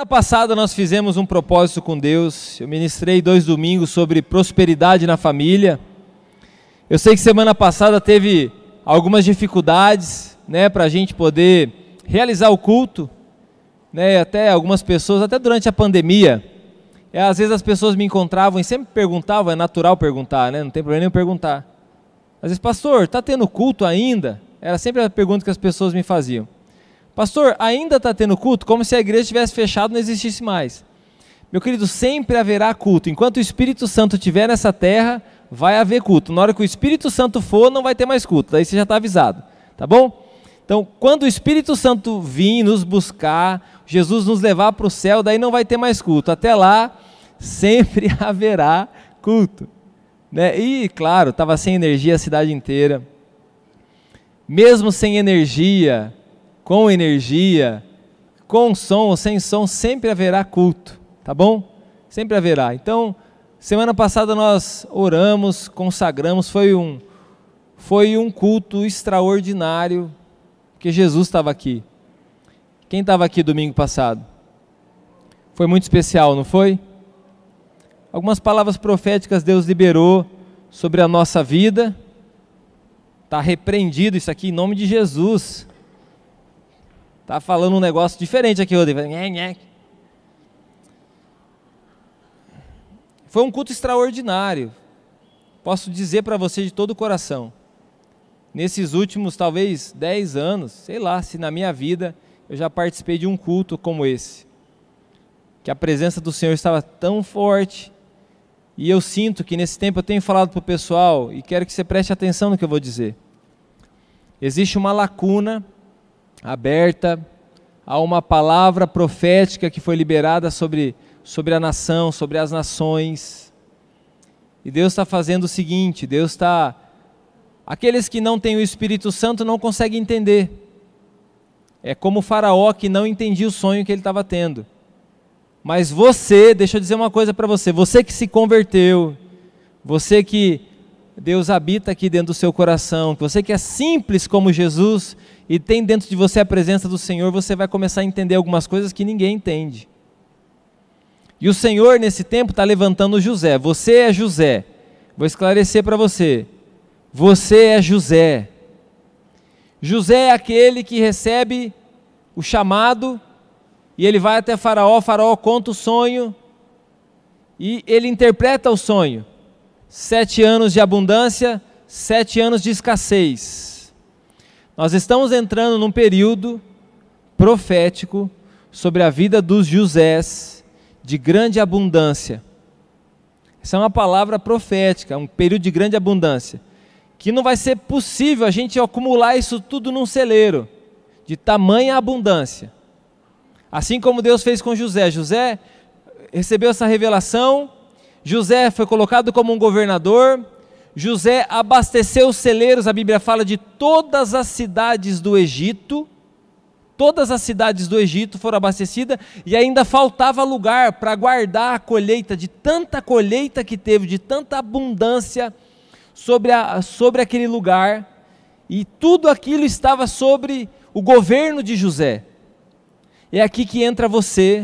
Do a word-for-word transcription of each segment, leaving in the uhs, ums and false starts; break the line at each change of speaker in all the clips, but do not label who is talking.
Semana passada nós fizemos um propósito com Deus, eu ministrei dois domingos sobre prosperidade na família. Eu sei que semana passada teve algumas dificuldades, né, para a gente poder realizar o culto, né, até algumas pessoas, até durante a pandemia, é, às vezes as pessoas me encontravam e sempre perguntavam, é natural perguntar, né, não tem problema nenhum perguntar. Às vezes, pastor, está tendo culto ainda? Era sempre a pergunta que as pessoas me faziam. Pastor, ainda está tendo culto? Como se a igreja tivesse fechado e não existisse mais. Meu querido, sempre haverá culto. Enquanto o Espírito Santo estiver nessa terra, vai haver culto. Na hora que o Espírito Santo for, não vai ter mais culto. Daí você já está avisado, tá bom? Então, quando o Espírito Santo vir nos buscar, Jesus nos levar para o céu, daí não vai ter mais culto. Até lá, sempre haverá culto, né? E, claro, estava sem energia a cidade inteira. Mesmo sem energia, com energia, com som ou sem som, sempre haverá culto, tá bom? Sempre haverá. Então, semana passada nós oramos, consagramos, foi um, foi um culto extraordinário, porque Jesus estava aqui. Quem estava aqui domingo passado? Foi muito especial, não foi? Algumas palavras proféticas Deus liberou sobre a nossa vida. Está repreendido isso aqui em nome de Jesus. Está falando um negócio diferente aqui, Rodrigo. Foi um culto extraordinário. Posso dizer para você de todo o coração. Nesses últimos, talvez, dez anos, sei lá, se na minha vida eu já participei de um culto como esse. Que a presença do Senhor estava tão forte. E eu sinto que nesse tempo eu tenho falado para o pessoal, e quero que você preste atenção no que eu vou dizer. Existe uma lacuna aberta a uma palavra profética que foi liberada sobre, sobre a nação, sobre as nações. E Deus está fazendo o seguinte, Deus está... Aqueles que não têm o Espírito Santo não conseguem entender. É como o faraó que não entendia o sonho que ele estava tendo. Mas você, deixa eu dizer uma coisa para você, você que se converteu, você que Deus habita aqui dentro do seu coração, você que é simples como Jesus e tem dentro de você a presença do Senhor, você vai começar a entender algumas coisas que ninguém entende. E o Senhor nesse tempo está levantando José, você é José, vou esclarecer para você, você é José. José é aquele que recebe o chamado, e ele vai até Faraó, Faraó conta o sonho, e ele interpreta o sonho. Sete anos de abundância, sete anos de escassez. Nós estamos entrando num período profético sobre a vida dos Josés, de grande abundância. Essa é uma palavra profética, um período de grande abundância, que não vai ser possível a gente acumular isso tudo num celeiro, de tamanha abundância. Assim como Deus fez com José. José recebeu essa revelação, José foi colocado como um governador, José abasteceu os celeiros, a Bíblia fala de todas as cidades do Egito, todas as cidades do Egito foram abastecidas e ainda faltava lugar para guardar a colheita, de tanta colheita que teve, de tanta abundância sobre, a, sobre aquele lugar, e tudo aquilo estava sobre o governo de José. É aqui que entra você,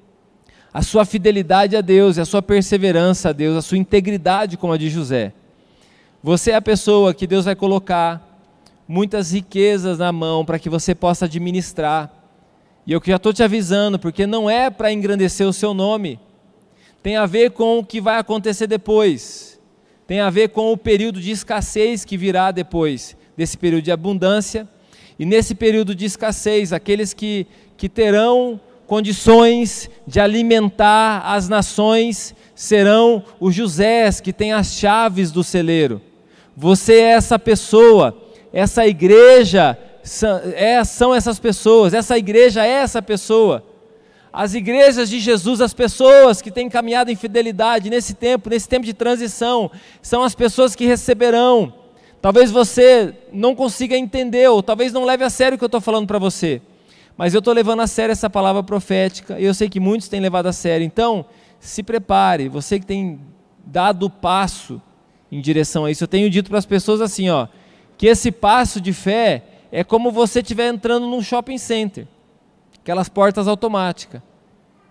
a sua fidelidade a Deus, a sua perseverança a Deus, a sua integridade como a de José. Você é a pessoa que Deus vai colocar muitas riquezas na mão para que você possa administrar. E eu que já estou te avisando, porque não é para engrandecer o seu nome, tem a ver com o que vai acontecer depois, tem a ver com o período de escassez que virá depois desse período de abundância. E nesse período de escassez, aqueles que, que terão condições de alimentar as nações serão os Josés, que têm as chaves do celeiro. Você é essa pessoa, essa igreja são, é, são essas pessoas, essa igreja é essa pessoa. As igrejas de Jesus, as pessoas que têm caminhado em fidelidade nesse tempo, nesse tempo de transição, são as pessoas que receberão. Talvez você não consiga entender, ou talvez não leve a sério o que eu estou falando para você, mas eu estou levando a sério essa palavra profética, e eu sei que muitos têm levado a sério. Então, se prepare, você que tem dado o passo em direção a isso. Eu tenho dito para as pessoas assim, ó, que esse passo de fé é como você estiver entrando num shopping center, aquelas portas automáticas.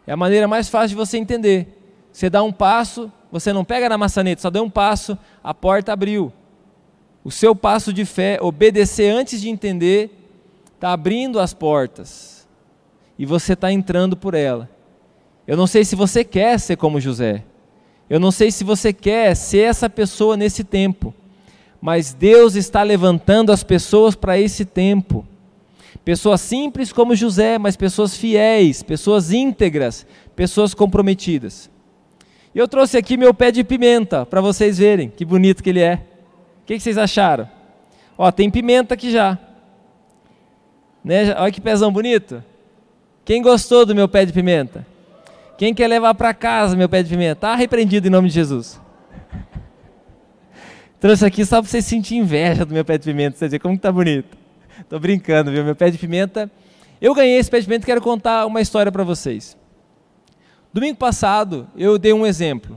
É a maneira mais fácil de você entender. Você dá um passo, você não pega na maçaneta, só deu um passo, a porta abriu. O seu passo de fé, obedecer antes de entender, está abrindo as portas. E você está entrando por ela. Eu não sei se você quer ser como José. Eu não sei se você quer ser essa pessoa nesse tempo. Mas Deus está levantando as pessoas para esse tempo. Pessoas simples como José, mas pessoas fiéis, pessoas íntegras, pessoas comprometidas. E eu trouxe aqui meu pé de pimenta, para vocês verem que bonito que ele é. O que, que vocês acharam? Ó, tem pimenta aqui já. Né? Olha que pezão bonito. Quem gostou do meu pé de pimenta? Quem quer levar para casa meu pé de pimenta? Está repreendido em nome de Jesus. Trouxe aqui só para vocês sentirem inveja do meu pé de pimenta, vocês verem como que tá bonito. Estou brincando, viu? Meu pé de pimenta. Eu ganhei esse pé de pimenta e quero contar uma história para vocês. Domingo passado, eu dei um exemplo.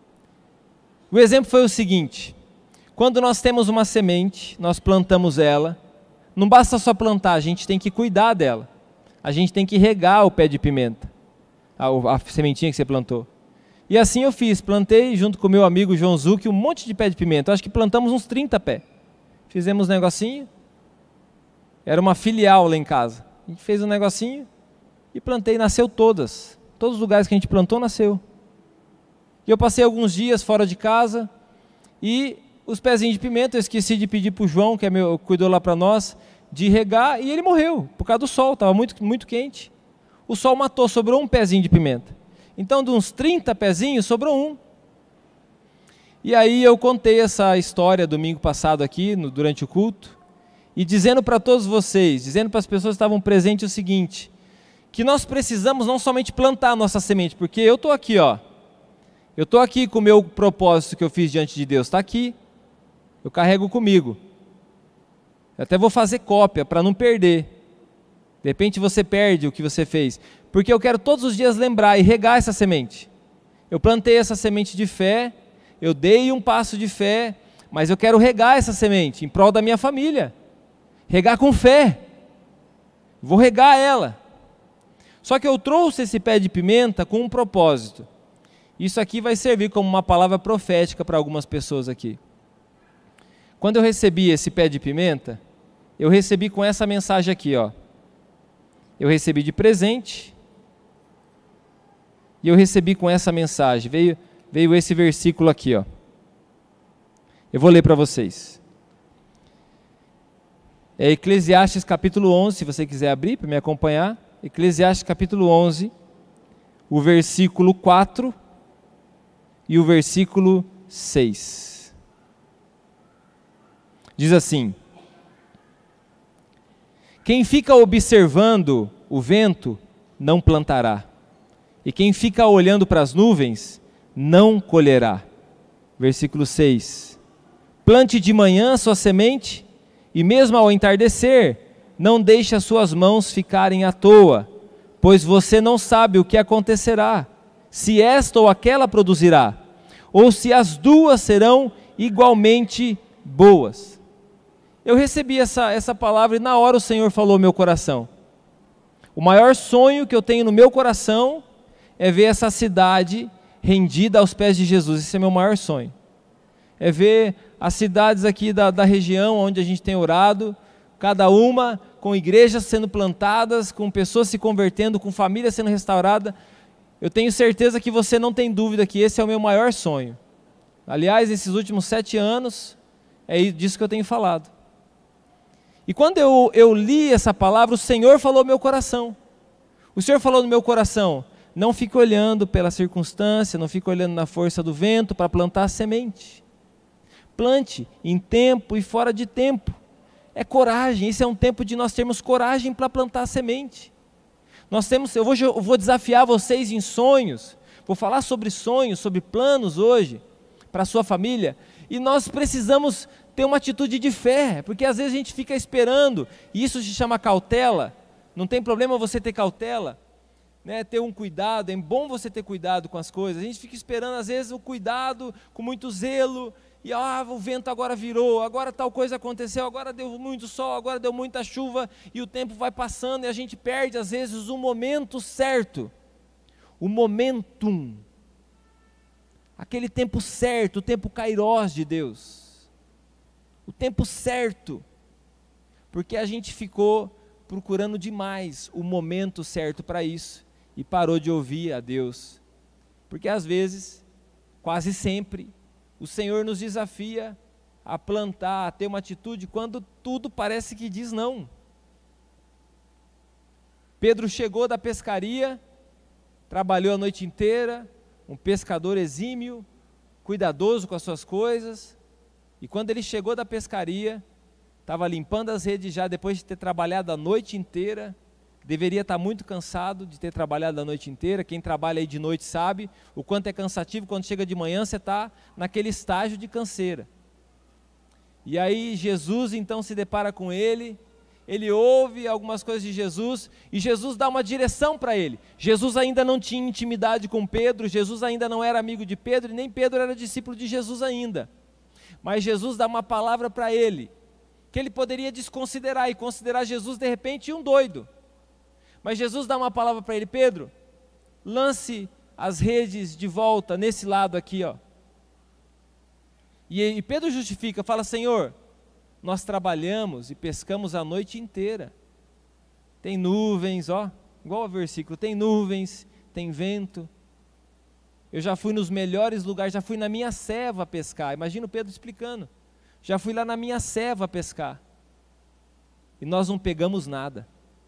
O exemplo foi o seguinte: quando nós temos uma semente, nós plantamos ela, não basta só plantar, a gente tem que cuidar dela. A gente tem que regar o pé de pimenta, a, a sementinha que você plantou. E assim eu fiz, plantei junto com o meu amigo João Zucchi um monte de pé de pimenta. Eu acho que plantamos uns trinta pés. Fizemos um negocinho, era uma filial lá em casa. A gente fez um negocinho e plantei, nasceu todas. Todos os lugares que a gente plantou, nasceu. E eu passei alguns dias fora de casa e os pezinhos de pimenta, eu esqueci de pedir para o João, que é meu, cuidou lá para nós, de regar, e ele morreu, por causa do sol, estava muito, muito quente. O sol matou, sobrou um pezinho de pimenta. Então, de uns trinta pezinhos, sobrou um. E aí eu contei essa história domingo passado aqui, no, durante o culto, e dizendo para todos vocês, dizendo para as pessoas que estavam presentes o seguinte: que nós precisamos não somente plantar a nossa semente, porque eu estou aqui, ó, eu estou aqui com o meu propósito que eu fiz diante de Deus, está aqui, eu carrego comigo, eu até vou fazer cópia para não perder, de repente você perde o que você fez, porque eu quero todos os dias lembrar e regar essa semente. Eu plantei essa semente de fé, eu dei um passo de fé, mas eu quero regar essa semente em prol da minha família, regar com fé, vou regar ela. Só que eu trouxe esse pé de pimenta com um propósito. Isso aqui vai servir como uma palavra profética para algumas pessoas aqui. Quando eu recebi esse pé de pimenta, eu recebi com essa mensagem aqui, ó. Eu recebi de presente e eu recebi com essa mensagem. Veio, veio esse versículo aqui, ó. Eu vou ler para vocês. É Eclesiastes capítulo onze, se você quiser abrir para me acompanhar. Eclesiastes capítulo onze, o versículo quatro e o versículo seis. Diz assim: quem fica observando o vento não plantará, e quem fica olhando para as nuvens não colherá. Versículo seis: plante de manhã sua semente, e mesmo ao entardecer, não deixe as suas mãos ficarem à toa, pois você não sabe o que acontecerá, se esta ou aquela produzirá, ou se as duas serão igualmente boas. Eu recebi essa, essa palavra e na hora o Senhor falou ao meu coração. O maior sonho que eu tenho no meu coração é ver essa cidade rendida aos pés de Jesus. Esse é meu maior sonho. É ver as cidades aqui da, da região onde a gente tem orado, cada uma com igrejas sendo plantadas, com pessoas se convertendo, com famílias sendo restauradas. Eu tenho certeza que você não tem dúvida que esse é o meu maior sonho. Aliás, esses últimos sete anos, é disso que eu tenho falado. E quando eu, eu li essa palavra, o Senhor falou no meu coração. O Senhor falou no meu coração: não fique olhando pela circunstância, não fique olhando na força do vento para plantar a semente. Plante em tempo e fora de tempo. É coragem, esse é um tempo de nós termos coragem para plantar a semente. Nós temos, eu vou, eu vou desafiar vocês em sonhos, vou falar sobre sonhos, sobre planos hoje, para a sua família, e nós precisamos ter uma atitude de fé, porque às vezes a gente fica esperando, e isso se chama cautela. Não tem problema você ter cautela, né, ter um cuidado, é bom você ter cuidado com as coisas. A gente fica esperando às vezes o cuidado com muito zelo, e ah, o vento agora virou, agora tal coisa aconteceu, agora deu muito sol, agora deu muita chuva, e o tempo vai passando e a gente perde às vezes o momento certo, o momentum, aquele tempo certo, o tempo kairós de Deus, o tempo certo, porque a gente ficou procurando demais o momento certo para isso e parou de ouvir a Deus, porque às vezes, quase sempre, o Senhor nos desafia a plantar, a ter uma atitude quando tudo parece que diz não. Pedro chegou da pescaria, trabalhou a noite inteira, um pescador exímio, cuidadoso com as suas coisas, e quando ele chegou da pescaria, estava limpando as redes já depois de ter trabalhado a noite inteira, deveria estar muito cansado de ter trabalhado a noite inteira. Quem trabalha aí de noite sabe o quanto é cansativo. Quando chega de manhã você está naquele estágio de canseira. E aí Jesus então se depara com ele, ele ouve algumas coisas de Jesus, e Jesus dá uma direção para ele. Jesus ainda não tinha intimidade com Pedro, Jesus ainda não era amigo de Pedro, e nem Pedro era discípulo de Jesus ainda. Mas Jesus dá uma palavra para ele, que ele poderia desconsiderar, e considerar Jesus de repente um doido. Mas Jesus dá uma palavra para ele: Pedro, lance as redes de volta nesse lado aqui, ó. E, e Pedro justifica, fala: Senhor, nós trabalhamos e pescamos a noite inteira. Tem nuvens, ó, igual ao versículo, tem nuvens, tem vento. Eu já fui nos melhores lugares, já fui na minha ceva pescar. Imagina o Pedro explicando. Já fui lá na minha ceva pescar. E nós não pegamos nada.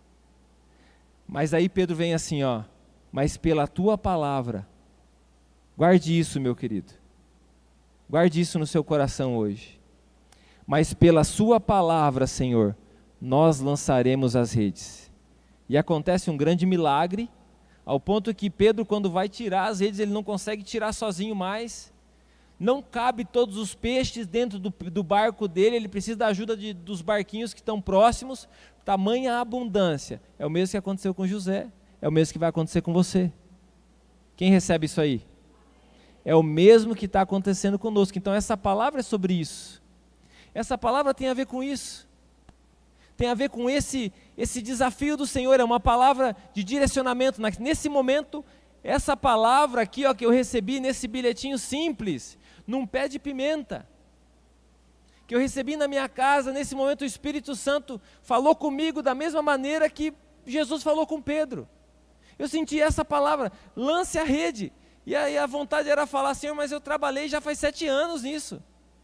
Mas aí Pedro vem assim, ó: mas pela tua palavra, guarde isso, meu querido, guarde isso no seu coração hoje. Mas pela sua palavra, Senhor, nós lançaremos as redes. E acontece um grande milagre, ao ponto que Pedro, quando vai tirar as redes, ele não consegue tirar sozinho mais. Não cabe todos os peixes dentro do, do barco dele, ele precisa da ajuda de, dos barquinhos que estão próximos. Tamanha abundância. É o mesmo que aconteceu com José, é o mesmo que vai acontecer com você. Quem recebe isso aí? É o mesmo que está acontecendo conosco. Então essa palavra é sobre isso. Essa palavra tem a ver com isso. Tem a ver com esse, esse desafio do Senhor, é uma palavra de direcionamento. Nesse momento, essa palavra aqui, ó, que eu recebi nesse bilhetinho simples, num pé de pimenta, que eu recebi na minha casa, nesse momento o Espírito Santo falou comigo da mesma maneira que Jesus falou com Pedro. Eu senti essa palavra: lance a rede. E aí a vontade era falar: Senhor, mas eu trabalhei já faz sete anos nisso.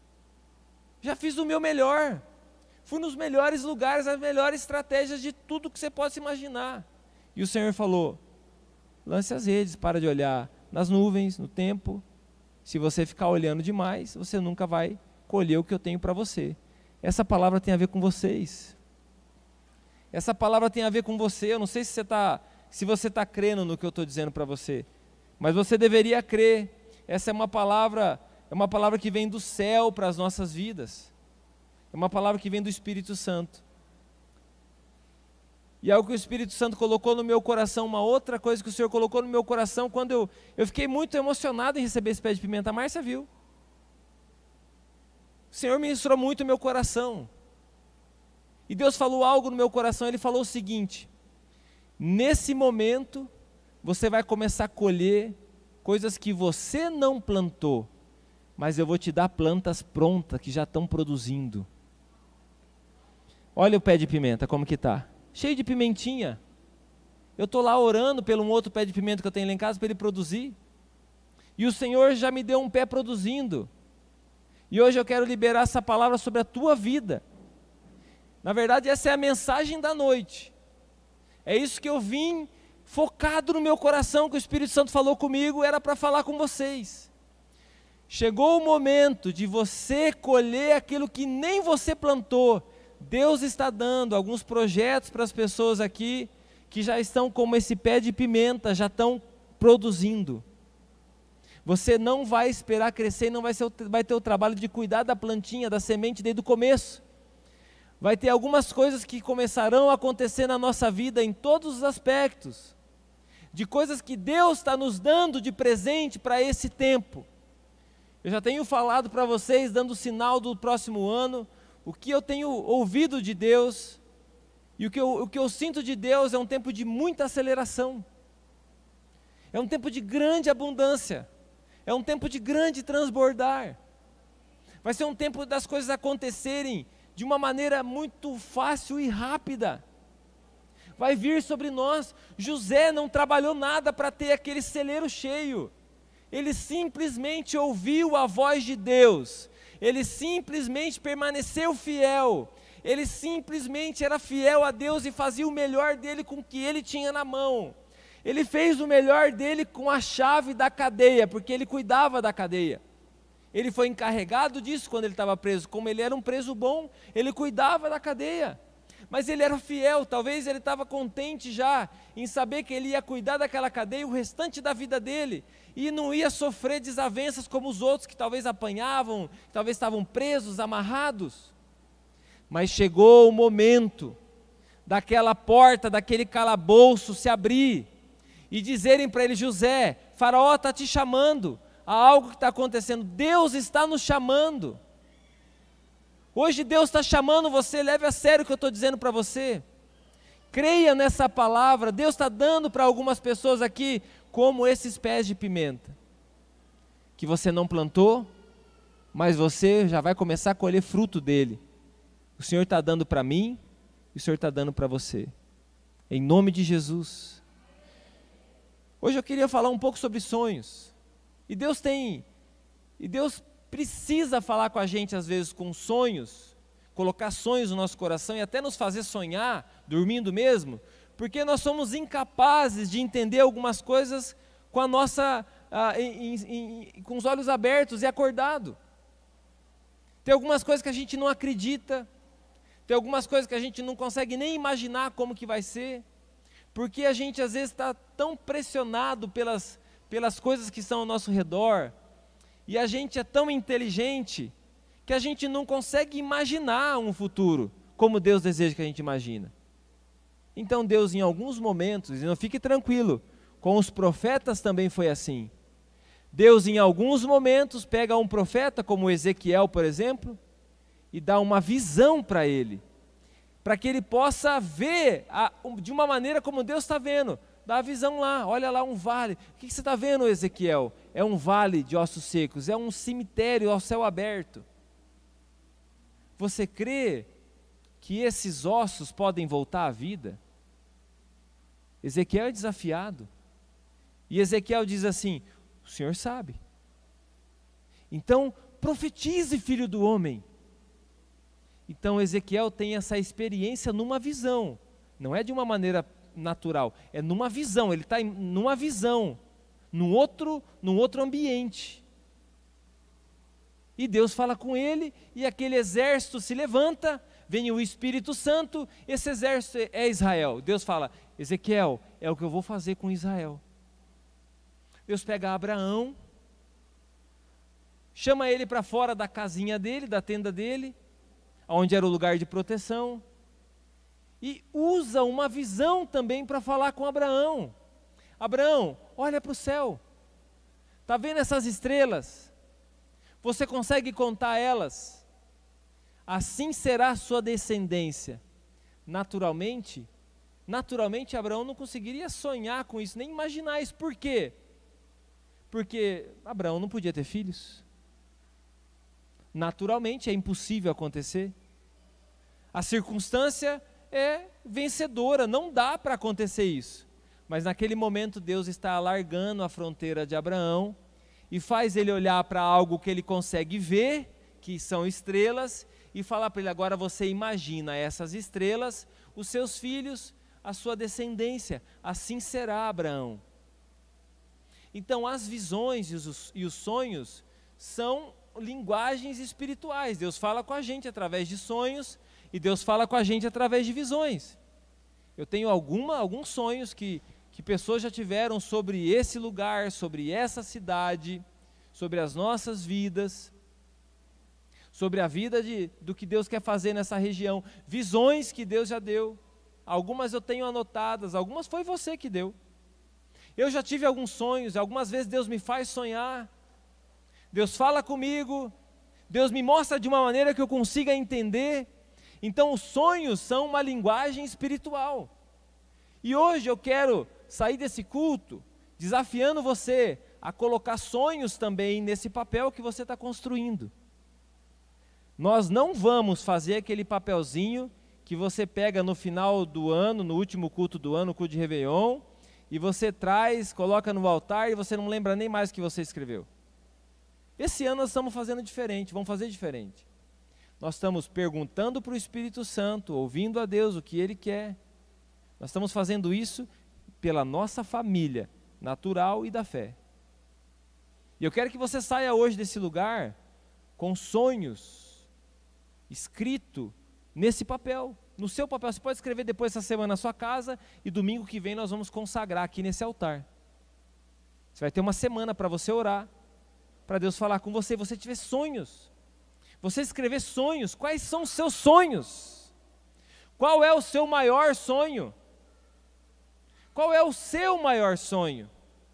Já fiz o meu melhor. Fui nos melhores lugares, as melhores estratégias de tudo que você possa imaginar. E o Senhor falou: lance as redes, para de olhar nas nuvens, no tempo. Se você ficar olhando demais, você nunca vai colher o que eu tenho para você. Essa palavra tem a ver com vocês. Essa palavra tem a ver com você. Eu não sei se você está se você está crendo no que eu estou dizendo para você, mas você deveria crer. Essa é uma palavra, é uma palavra que vem do céu para as nossas vidas. É uma palavra que vem do Espírito Santo. E é algo que o Espírito Santo colocou no meu coração, uma outra coisa que o Senhor colocou no meu coração, quando eu, eu fiquei muito emocionado em receber esse pé de pimenta. A Márcia viu. O Senhor ministrou muito o meu coração. E Deus falou algo no meu coração. Ele falou o seguinte: nesse momento, você vai começar a colher coisas que você não plantou, mas eu vou te dar plantas prontas que já estão produzindo. Olha o pé de pimenta, como que está. Cheio de pimentinha. Eu estou lá orando pelo um outro pé de pimenta que eu tenho lá em casa para ele produzir. E o Senhor já me deu um pé produzindo. E hoje eu quero liberar essa palavra sobre a tua vida. Na verdade, essa é a mensagem da noite. É isso que eu vim focado no meu coração, que o Espírito Santo falou comigo, era para falar com vocês. Chegou o momento de você colher aquilo que nem você plantou. Deus está dando alguns projetos para as pessoas aqui que já estão como esse pé de pimenta, já estão produzindo. Você não vai esperar crescer e não vai, ser, vai ter o trabalho de cuidar da plantinha, da semente desde o começo. Vai ter algumas coisas que começarão a acontecer na nossa vida em todos os aspectos. De coisas que Deus está nos dando de presente para esse tempo. Eu já tenho falado para vocês, dando o sinal do próximo ano, o que eu tenho ouvido de Deus, e o que, eu, o que eu sinto de Deus é um tempo de muita aceleração. É um tempo de grande abundância. É um tempo de grande transbordar. Vai ser um tempo das coisas acontecerem de uma maneira muito fácil e rápida. Vai vir sobre nós. José não trabalhou nada para ter aquele celeiro cheio. Ele simplesmente ouviu a voz de Deus. Ele simplesmente permaneceu fiel. Ele simplesmente era fiel a Deus e fazia o melhor dele com o que ele tinha na mão. Ele fez o melhor dele com a chave da cadeia, porque ele cuidava da cadeia. Ele foi encarregado disso quando ele estava preso. Como ele era um preso bom, ele cuidava da cadeia. Mas ele era fiel, talvez ele estava contente já em saber que ele ia cuidar daquela cadeia o restante da vida dele. E não ia sofrer desavenças como os outros que talvez apanhavam, talvez estavam presos, amarrados. Mas chegou o momento daquela porta, daquele calabouço se abrir e dizerem para ele: José, Faraó está te chamando, há algo que está acontecendo, Deus está nos chamando. Hoje Deus está chamando você, leve a sério o que eu estou dizendo para você. Creia nessa palavra, Deus está dando para algumas pessoas aqui, como esses pés de pimenta, que você não plantou, mas você já vai começar a colher fruto dele. O Senhor está dando para mim, e o Senhor está dando para você, em nome de Jesus. Hoje eu queria falar um pouco sobre sonhos, e Deus tem, e Deus precisa falar com a gente às vezes com sonhos, colocar sonhos no nosso coração e até nos fazer sonhar, dormindo mesmo, porque nós somos incapazes de entender algumas coisas com a nossa, ah, em, em, em, com os olhos abertos e acordado. Tem algumas coisas que a gente não acredita, tem algumas coisas que a gente não consegue nem imaginar como que vai ser, porque a gente às vezes está tão pressionado pelas, pelas coisas que estão ao nosso redor, e a gente é tão inteligente, que a gente não consegue imaginar um futuro, como Deus deseja que a gente imagina. Então Deus em alguns momentos, e não fique tranquilo, com os profetas também foi assim. Deus em alguns momentos pega um profeta, como Ezequiel por exemplo, e dá uma visão para ele, para que ele possa ver a, de uma maneira como Deus está vendo. Dá a visão lá, olha lá um vale. O que, que você está vendo, Ezequiel? É um vale de ossos secos, é um cemitério ao céu aberto. Você crê que esses ossos podem voltar à vida? Ezequiel é desafiado. E Ezequiel diz assim: o Senhor sabe. Então, profetize, filho do homem. Então Ezequiel tem essa experiência numa visão, não é de uma maneira natural, é numa visão, ele está numa visão, num outro, num outro ambiente. E Deus fala com ele, e aquele exército se levanta, vem o Espírito Santo, esse exército é Israel. Deus fala: Ezequiel, é o que eu vou fazer com Israel. Deus pega Abraão, chama ele para fora da casinha dele, da tenda dele, onde era o lugar de proteção, e usa uma visão também para falar com Abraão. Abraão, olha para o céu, está vendo essas estrelas? Você consegue contar elas? Assim será a sua descendência. Naturalmente, naturalmente Abraão não conseguiria sonhar com isso, nem imaginar isso. Por quê? Porque Abraão não podia ter filhos. Naturalmente é impossível acontecer. A circunstância é vencedora, não dá para acontecer isso. Mas naquele momento Deus está alargando a fronteira de Abraão e faz ele olhar para algo que ele consegue ver, que são estrelas, e falar para ele: agora você imagina essas estrelas, os seus filhos, a sua descendência, assim será Abraão. Então as visões e os, e os sonhos são linguagens espirituais. Deus fala com a gente através de sonhos, e Deus fala com a gente através de visões. Eu tenho alguma, alguns sonhos que, que pessoas já tiveram sobre esse lugar, sobre essa cidade, sobre as nossas vidas, sobre a vida de, do que Deus quer fazer nessa região, visões que Deus já deu. Algumas eu tenho anotadas, algumas foi você que deu. Eu já tive alguns sonhos, algumas vezes Deus me faz sonhar, Deus fala comigo, Deus me mostra de uma maneira que eu consiga entender. Então os sonhos são uma linguagem espiritual. E hoje eu quero sair desse culto desafiando você a colocar sonhos também nesse papel que você está construindo. Nós não vamos fazer aquele papelzinho que você pega no final do ano, no último culto do ano, o culto de Réveillon, e você traz, coloca no altar e você não lembra nem mais o que você escreveu. Esse ano nós estamos fazendo diferente, vamos fazer diferente. Nós estamos perguntando para o Espírito Santo, ouvindo a Deus o que Ele quer. Nós estamos fazendo isso pela nossa família, natural e da fé. E eu quero que você saia hoje desse lugar com sonhos escrito nesse papel, no seu papel. Você pode escrever depois essa semana na sua casa e domingo que vem nós vamos consagrar aqui nesse altar. Você vai ter uma semana para você orar, para Deus falar com você, você tiver sonhos. Você escrever sonhos, quais são os seus sonhos? Qual é o seu maior sonho? Qual é o seu maior sonho?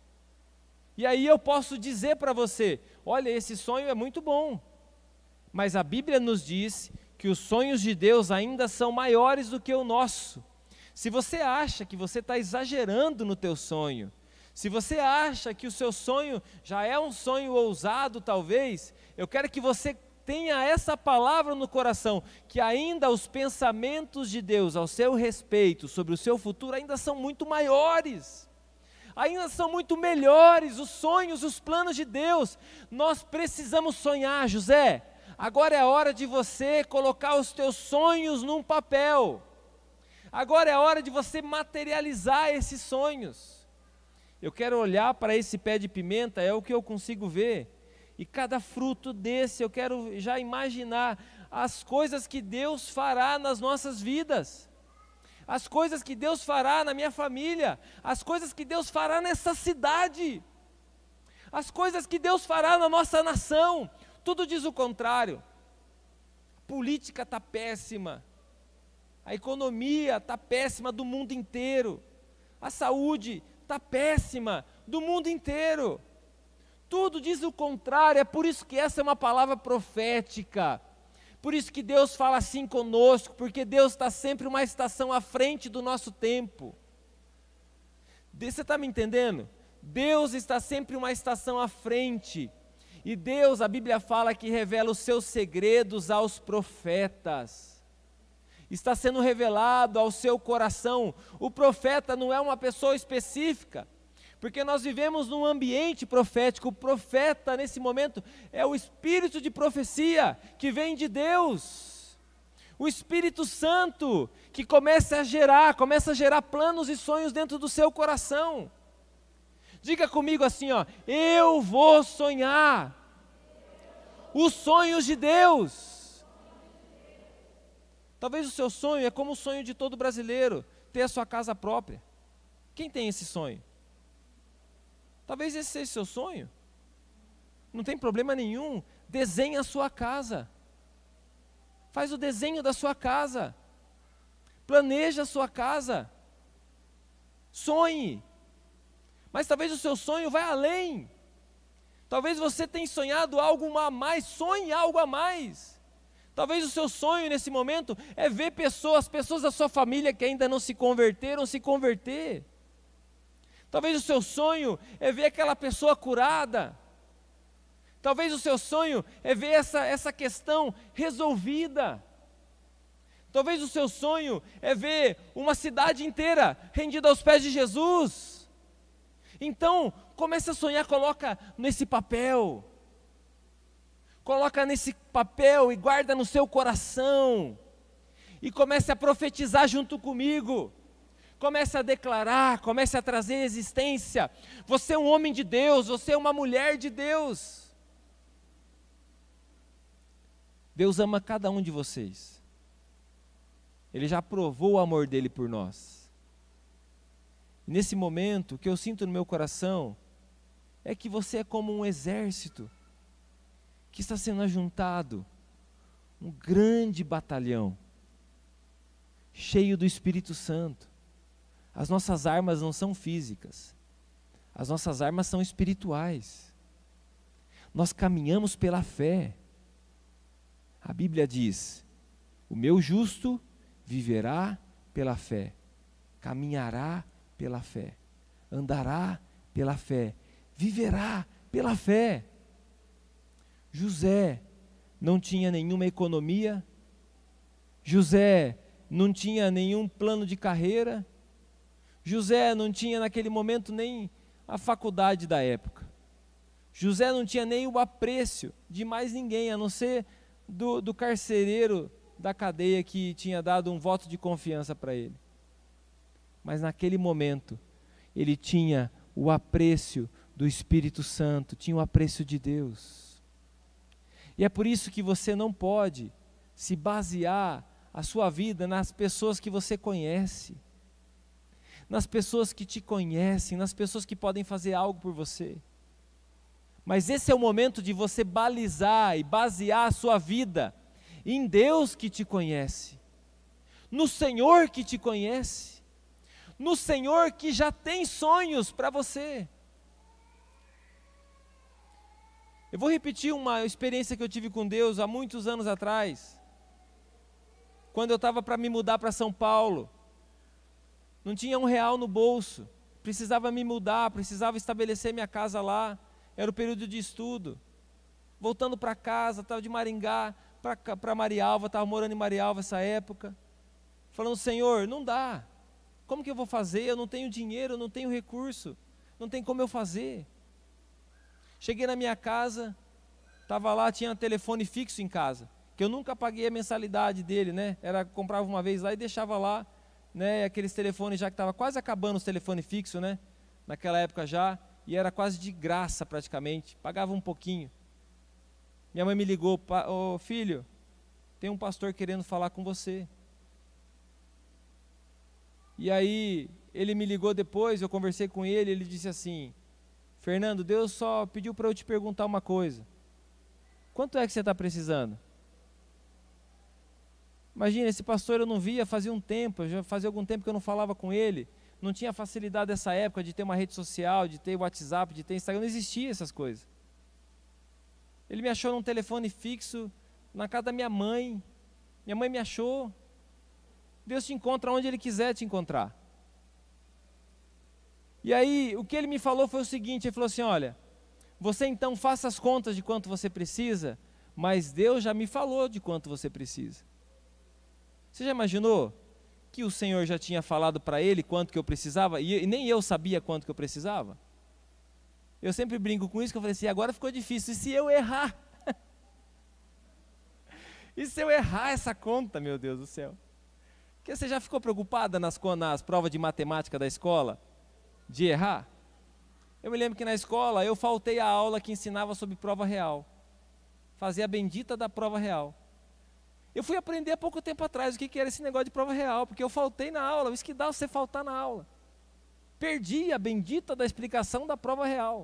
E aí eu posso dizer para você, olha, esse sonho é muito bom, mas a Bíblia nos diz que os sonhos de Deus ainda são maiores do que o nosso. Se você acha que você está exagerando no teu sonho, se você acha que o seu sonho já é um sonho ousado talvez, eu quero que você tenha essa palavra no coração, que ainda os pensamentos de Deus ao seu respeito, sobre o seu futuro, ainda são muito maiores, ainda são muito melhores, os sonhos, os planos de Deus. Nós precisamos sonhar, José. Agora é a hora de você colocar os teus sonhos num papel. Agora é a hora de você materializar esses sonhos. Eu quero olhar para esse pé de pimenta, é o que eu consigo ver. E cada fruto desse, eu quero já imaginar as coisas que Deus fará nas nossas vidas. As coisas que Deus fará na minha família. As coisas que Deus fará nessa cidade. As coisas que Deus fará na nossa nação. Tudo diz o contrário. A política está péssima. A economia está péssima do mundo inteiro. A saúde está péssima do mundo inteiro. Tudo diz o contrário, é por isso que essa é uma palavra profética. Por isso que Deus fala assim conosco, porque Deus está sempre uma estação à frente do nosso tempo. Você está me entendendo? Deus está sempre uma estação à frente. E Deus, a Bíblia fala que revela os seus segredos aos profetas. Está sendo revelado ao seu coração. O profeta não é uma pessoa específica, porque nós vivemos num ambiente profético. O profeta, nesse momento, é o espírito de profecia que vem de Deus. O Espírito Santo que começa a gerar, começa a gerar planos e sonhos dentro do seu coração. Diga comigo assim, ó, eu vou sonhar os sonhos de Deus. Talvez o seu sonho é como o sonho de todo brasileiro, ter a sua casa própria. Quem tem esse sonho? Talvez esse seja o seu sonho. Não tem problema nenhum. Desenhe a sua casa. Faz o desenho da sua casa. Planeja a sua casa. Sonhe. Mas talvez o seu sonho vá além. Talvez você tenha sonhado algo a mais. Sonhe algo a mais. Talvez o seu sonho nesse momento é ver pessoas, pessoas da sua família que ainda não se converteram, se converter. Talvez o seu sonho é ver aquela pessoa curada. Talvez o seu sonho é ver essa, essa questão resolvida. Talvez o seu sonho é ver uma cidade inteira rendida aos pés de Jesus. Então, comece a sonhar, coloca nesse papel. Coloca nesse papel e guarda no seu coração. E comece a profetizar junto comigo. Comece a declarar, comece a trazer existência. Você é um homem de Deus, você é uma mulher de Deus. Deus ama cada um de vocês. Ele já provou o amor dele por nós. Nesse momento, o que eu sinto no meu coração é que você é como um exército que está sendo ajuntado, um grande batalhão, cheio do Espírito Santo. As nossas armas não são físicas, as nossas armas são espirituais. Nós caminhamos pela fé. A Bíblia diz, o meu justo viverá pela fé, caminhará pela fé, andará pela fé. Viverá pela fé. José não tinha nenhuma economia, José não tinha nenhum plano de carreira, José não tinha naquele momento nem a faculdade da época, José não tinha nem o apreço de mais ninguém, a não ser do, do carcereiro da cadeia que tinha dado um voto de confiança para ele. Mas naquele momento, ele tinha o apreço do Espírito Santo, tinha o apreço de Deus. E é por isso que você não pode se basear a sua vida nas pessoas que você conhece, nas pessoas que te conhecem, nas pessoas que podem fazer algo por você. Mas esse é o momento de você balizar e basear a sua vida em Deus que te conhece, no Senhor que te conhece, no Senhor que já tem sonhos para você. Eu vou repetir uma experiência que eu tive com Deus há muitos anos atrás, quando eu estava para me mudar para São Paulo, não tinha um real no bolso, precisava me mudar, precisava estabelecer minha casa lá, era o período de estudo, voltando para casa, estava de Maringá para Marialva, estava morando em Marialva essa época, falando, Senhor, não dá, como que eu vou fazer? Eu não tenho dinheiro, eu não tenho recurso, não tem como eu fazer. Cheguei na minha casa, estava lá, tinha um telefone fixo em casa, que eu nunca paguei a mensalidade dele, né? Era, comprava uma vez lá e deixava lá, né? Aqueles telefones já que estava quase acabando os telefones fixos, né? Naquela época já, e era quase de graça praticamente, pagava um pouquinho. Minha mãe me ligou, ô filho, tem um pastor querendo falar com você. E aí, ele me ligou depois, eu conversei com ele, ele disse assim, Fernando, Deus só pediu para eu te perguntar uma coisa. Quanto é que você está precisando? Imagina, esse pastor eu não via fazia um tempo, já fazia algum tempo que eu não falava com ele, não tinha facilidade dessa época de ter uma rede social, de ter WhatsApp, de ter Instagram, não existia essas coisas. Ele me achou num telefone fixo, na casa da minha mãe, minha mãe me achou. Deus te encontra onde Ele quiser te encontrar. E aí, o que ele me falou foi o seguinte, ele falou assim, olha, você então faça as contas de quanto você precisa, mas Deus já me falou de quanto você precisa. Você já imaginou que o Senhor já tinha falado para ele quanto que eu precisava, e, e nem eu sabia quanto que eu precisava? Eu sempre brinco com isso, que eu falei assim, agora ficou difícil, e se eu errar? E se eu errar essa conta, meu Deus do céu? Porque você já ficou preocupada nas, nas provas de matemática da escola? De errar? Eu me lembro que na escola eu faltei a aula que ensinava sobre prova real. Fazia a bendita da prova real. Eu fui aprender há pouco tempo atrás o que, que era esse negócio de prova real, porque eu faltei na aula, isso que dá você faltar na aula. Perdi a bendita da explicação da prova real.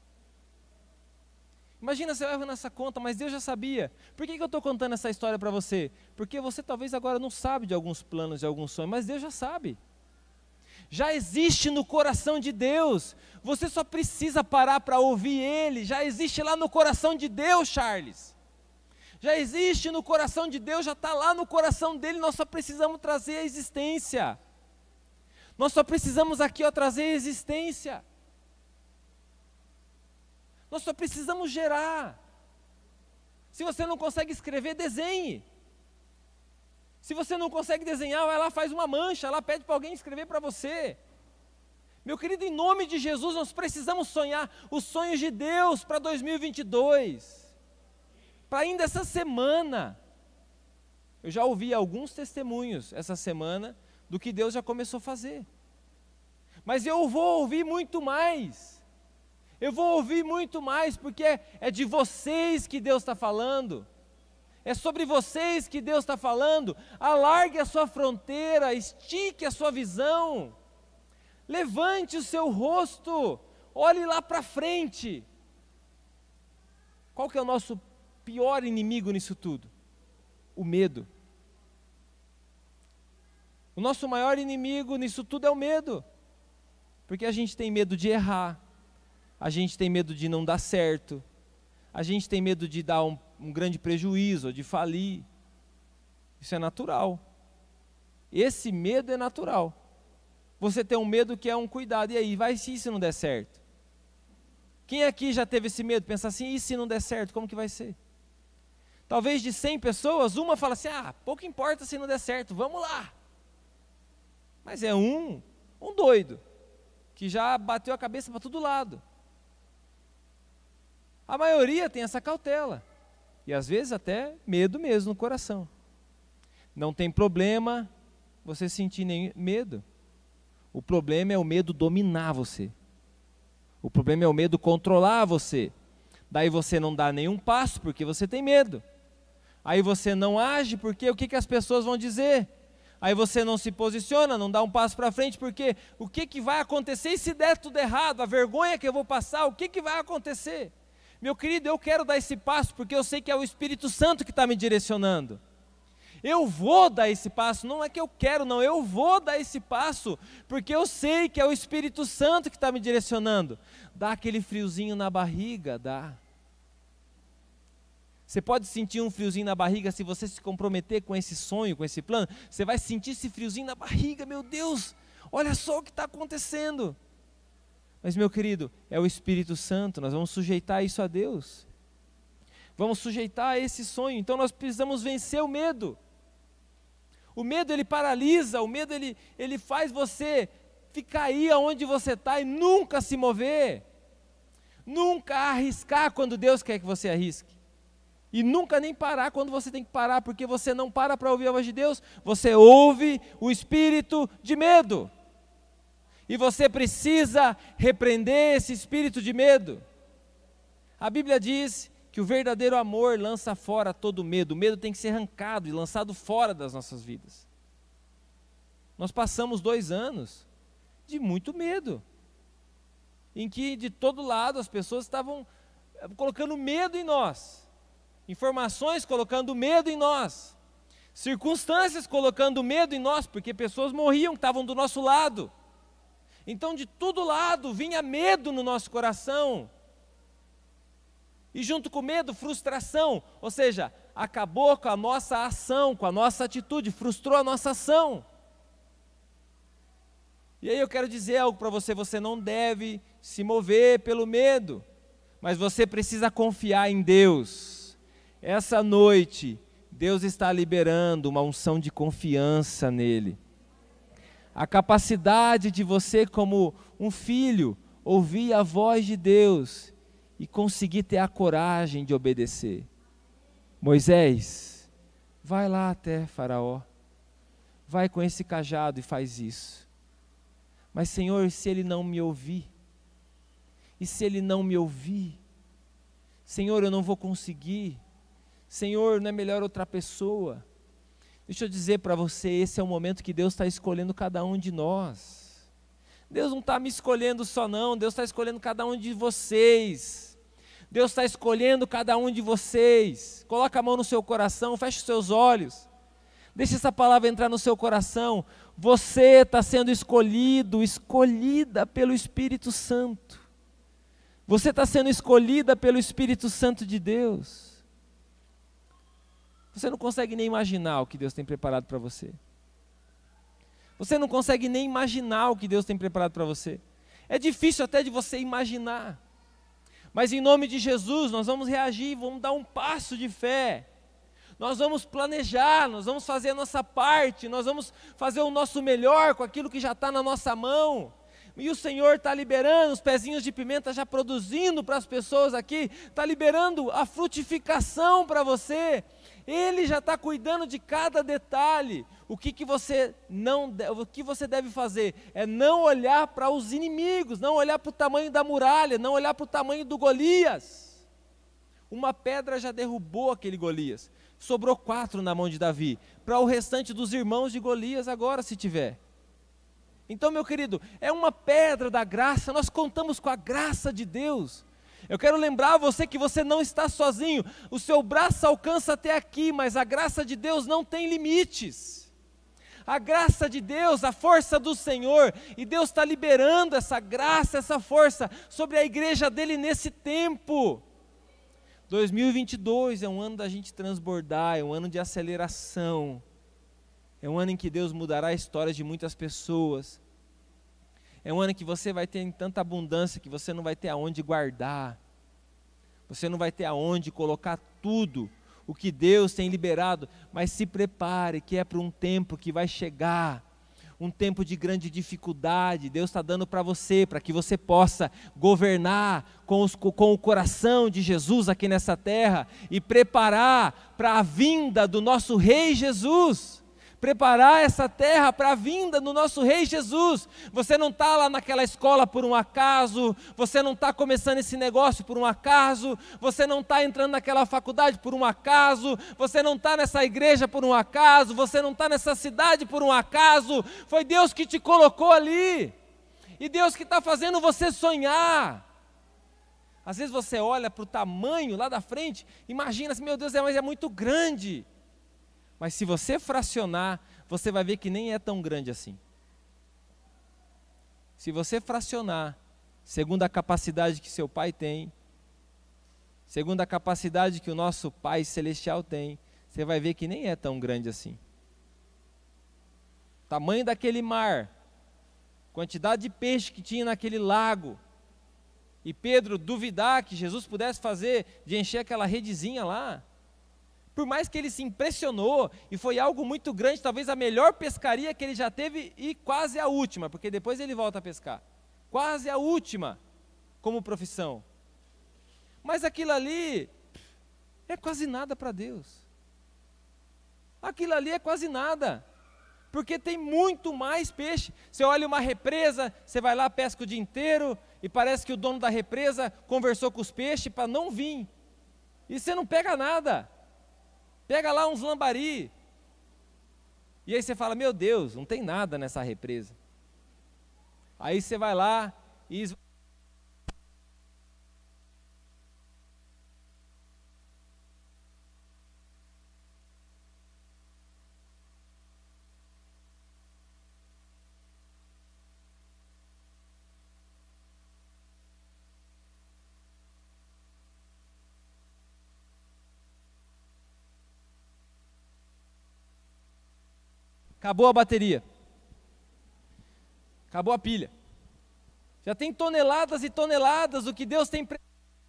Imagina se eu erro nessa conta, mas Deus já sabia. Por que, que eu estou contando essa história para você? Porque você talvez agora não sabe de alguns planos, de alguns sonhos, mas Deus já sabe. Já existe no coração de Deus, você só precisa parar para ouvir Ele, já existe lá no coração de Deus, Charles, já existe no coração de Deus, já está lá no coração dEle, nós só precisamos trazer a existência, nós só precisamos aqui ó, trazer a existência, nós só precisamos gerar. Se você não consegue escrever, desenhe. Se você não consegue desenhar, vai lá, faz uma mancha, lá pede para alguém escrever para você. Meu querido, em nome de Jesus, nós precisamos sonhar os sonhos de Deus para dois mil e vinte e dois. Para ainda essa semana. Eu já ouvi alguns testemunhos essa semana do que Deus já começou a fazer. Mas eu vou ouvir muito mais. Eu vou ouvir muito mais, porque é, é de vocês que Deus está falando. É sobre vocês que Deus está falando. Alargue a sua fronteira, estique a sua visão, levante o seu rosto, olhe lá para frente. Qual que é o nosso pior inimigo nisso tudo? O medo. O nosso maior inimigo nisso tudo é o medo, porque a gente tem medo de errar, a gente tem medo de não dar certo, a gente tem medo de dar um um grande prejuízo, de falir. Isso é natural. Esse medo é natural. Você tem um medo que é um cuidado, e aí, vai se isso não der certo? Quem aqui já teve esse medo? Pensar assim, e se não der certo, como que vai ser? Talvez de cem pessoas, uma fala assim, ah, pouco importa se não der certo, vamos lá. Mas é um, um doido, que já bateu a cabeça para todo lado. A maioria tem essa cautela, e às vezes até medo mesmo no coração. Não tem problema você sentir nem medo. O problema é o medo dominar você. O problema é o medo controlar você. Daí você não dá nenhum passo porque você tem medo. Aí você não age porque o que, que as pessoas vão dizer? Aí você não se posiciona, não dá um passo para frente porque o que, que vai acontecer e se der tudo errado? A vergonha que eu vou passar, o que, que vai acontecer? Meu querido, eu quero dar esse passo porque eu sei que é o Espírito Santo que está me direcionando. Eu vou dar esse passo, não é que eu quero, não, eu vou dar esse passo, porque eu sei que é o Espírito Santo que está me direcionando. Dá aquele friozinho na barriga, dá. Você pode sentir um friozinho na barriga se você se comprometer com esse sonho, com esse plano. Você vai sentir esse friozinho na barriga, meu Deus, olha só o que está acontecendo. Mas meu querido, é o Espírito Santo, nós vamos sujeitar isso a Deus. Vamos sujeitar a esse sonho, então nós precisamos vencer o medo. O medo ele paralisa, o medo ele, ele faz você ficar aí onde você está e nunca se mover. Nunca arriscar quando Deus quer que você arrisque. E nunca nem parar quando você tem que parar, porque você não para para ouvir a voz de Deus, você ouve o espírito de medo. E você precisa repreender esse espírito de medo. A Bíblia diz que o verdadeiro amor lança fora todo medo. O medo tem que ser arrancado e lançado fora das nossas vidas. Nós passamos dois anos de muito medo, em que de todo lado as pessoas estavam colocando medo em nós, informações colocando medo em nós, circunstâncias colocando medo em nós, porque pessoas morriam que estavam do nosso lado. Então de todo lado vinha medo no nosso coração. E junto com medo, frustração, ou seja, acabou com a nossa ação, com a nossa atitude, frustrou a nossa ação. E aí eu quero dizer algo para você, você não deve se mover pelo medo, mas você precisa confiar em Deus. Essa noite, Deus está liberando uma unção de confiança nele. A capacidade de você como um filho, ouvir a voz de Deus e conseguir ter a coragem de obedecer. Moisés, vai lá até Faraó, vai com esse cajado e faz isso. Mas Senhor, se ele não me ouvir, e se ele não me ouvir, Senhor, eu não vou conseguir, Senhor, não é melhor outra pessoa? Deixa eu dizer para você, esse é o momento que Deus está escolhendo cada um de nós. Deus não está me escolhendo só não, Deus está escolhendo cada um de vocês. Deus está escolhendo cada um de vocês. Coloca a mão no seu coração, feche os seus olhos. Deixa essa palavra entrar no seu coração. Você está sendo escolhido, escolhida pelo Espírito Santo. Você está sendo escolhida pelo Espírito Santo de Deus. Você não consegue nem imaginar o que Deus tem preparado para você. Você não consegue nem imaginar o que Deus tem preparado para você. É difícil até de você imaginar. Mas em nome de Jesus, nós vamos reagir, vamos dar um passo de fé. Nós vamos planejar, nós vamos fazer a nossa parte, nós vamos fazer o nosso melhor com aquilo que já está na nossa mão. E o Senhor está liberando os pezinhos de pimenta, já produzindo para as pessoas aqui, está liberando a frutificação para você. Ele já está cuidando de cada detalhe. O que, que você não, o que você deve fazer é não olhar para os inimigos, não olhar para o tamanho da muralha, não olhar para o tamanho do Golias. Uma pedra já derrubou aquele Golias. Sobrou quatro na mão de Davi, para o restante dos irmãos de Golias agora, se tiver. Então, meu querido, é uma pedra da graça, nós contamos com a graça de Deus. Eu quero lembrar a você que você não está sozinho, o seu braço alcança até aqui, mas a graça de Deus não tem limites. A graça de Deus, a força do Senhor, e Deus está liberando essa graça, essa força sobre a igreja dele nesse tempo. dois mil e vinte e dois é um ano da gente transbordar, é um ano de aceleração, é um ano em que Deus mudará a história de muitas pessoas. É um ano que você vai ter tanta abundância que você não vai ter aonde guardar. Você não vai ter aonde colocar tudo o que Deus tem liberado. Mas se prepare, que é para um tempo que vai chegar. Um tempo de grande dificuldade. Deus está dando para você, para que você possa governar com, os, com o coração de Jesus aqui nessa terra. E preparar para a vinda do nosso Rei Jesus. Preparar essa terra para a vinda do nosso Rei Jesus. Você não está lá naquela escola por um acaso, você não está começando esse negócio por um acaso, você não está entrando naquela faculdade por um acaso, você não está nessa igreja por um acaso, você não está nessa cidade por um acaso, foi Deus que te colocou ali, e Deus que está fazendo você sonhar. Às vezes você olha para o tamanho lá da frente, imagina assim, meu Deus, mas é muito grande. Mas se você fracionar, você vai ver que nem é tão grande assim. Se você fracionar, segundo a capacidade que seu Pai tem, segundo a capacidade que o nosso Pai Celestial tem, você vai ver que nem é tão grande assim. O tamanho daquele mar, quantidade de peixe que tinha naquele lago, e Pedro duvidar que Jesus pudesse fazer, de encher aquela redezinha lá, por mais que ele se impressionou, e foi algo muito grande, talvez a melhor pescaria que ele já teve, e quase a última, porque depois ele volta a pescar, quase a última, como profissão, mas aquilo ali, é quase nada para Deus, aquilo ali é quase nada, porque tem muito mais peixe. Você olha uma represa, você vai lá, pesca o dia inteiro, e parece que o dono da represa conversou com os peixes para não vir, e você não pega nada, pega lá uns lambari, e aí você fala, meu Deus, não tem nada nessa represa. Aí você vai lá e acabou a bateria, acabou a pilha, já tem toneladas e toneladas do que Deus tem preparado.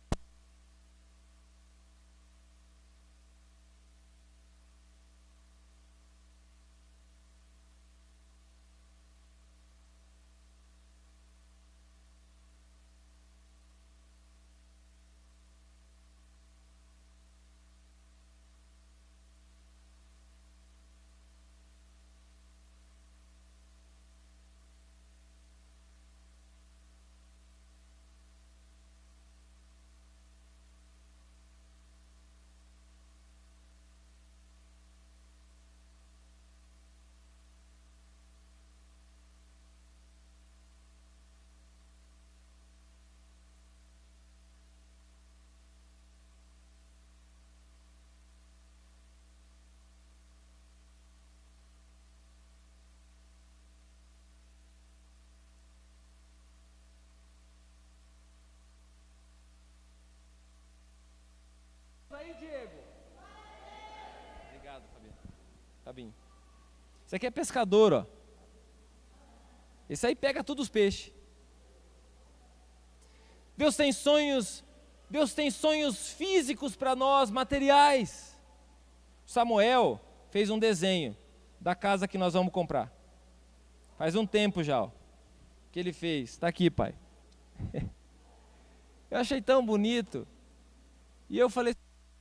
Aí, Diego. Obrigado, Fabinho. Fabinho. Isso aqui é pescador, ó. Esse aí pega todos os peixes. Deus tem sonhos, Deus tem sonhos físicos para nós, materiais. Samuel fez um desenho da casa que nós vamos comprar. Faz um tempo já, ó, que ele fez. Está aqui, pai. Eu achei tão bonito. E eu falei,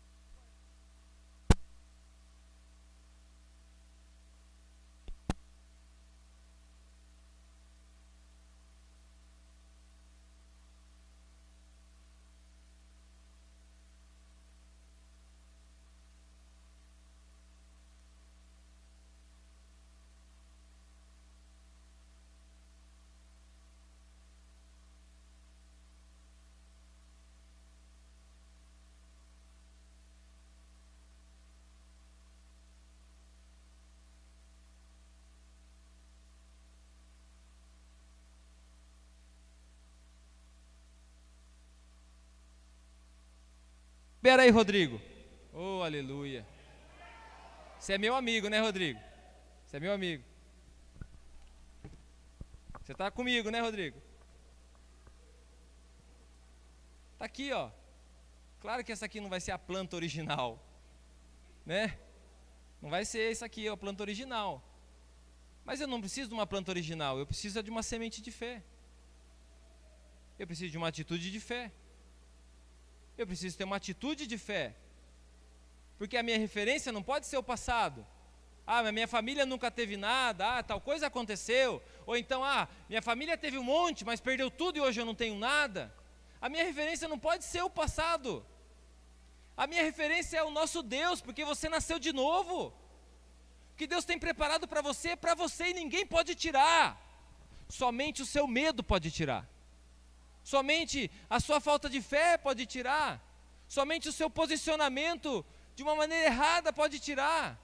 espera aí, Rodrigo. Oh, aleluia. Você é meu amigo, né, Rodrigo? Você é meu amigo. Você está comigo, né, Rodrigo? Está aqui, ó. Claro que essa aqui não vai ser a planta original, né? Não vai ser isso aqui, a planta original. Mas eu não preciso de uma planta original, eu preciso de uma semente de fé. Eu preciso de uma atitude de fé. Eu preciso ter uma atitude de fé. Porque a minha referência não pode ser o passado. Ah, mas minha família nunca teve nada, ah, tal coisa aconteceu. Ou então, ah, minha família teve um monte, mas perdeu tudo e hoje eu não tenho nada. A minha referência não pode ser o passado. A minha referência é o nosso Deus, porque você nasceu de novo. O que Deus tem preparado para você é para você e ninguém pode tirar. Somente o seu medo pode tirar. Somente a sua falta de fé pode tirar. Somente o seu posicionamento de uma maneira errada pode tirar.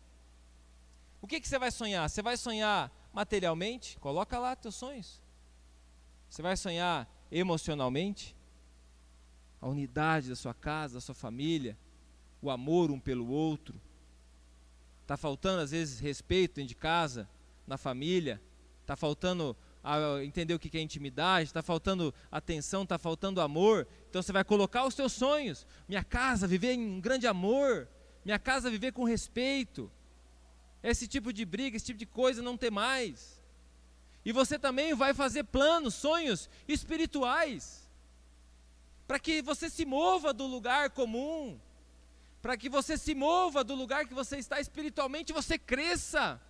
O que, que você vai sonhar? Você vai sonhar materialmente? Coloca lá teus sonhos. Você vai sonhar emocionalmente? A unidade da sua casa, da sua família, o amor um pelo outro. Está faltando às vezes respeito dentro de casa, na família. Está faltando a entender o que é intimidade, está faltando atenção, está faltando amor. Então você vai colocar os seus sonhos. Minha casa, viver em um grande amor. Minha casa, viver com respeito. Esse tipo de briga, esse tipo de coisa não ter mais. E você também vai fazer planos, sonhos espirituais, para que você se mova do lugar comum, para que você se mova do lugar que você está espiritualmente, você cresça.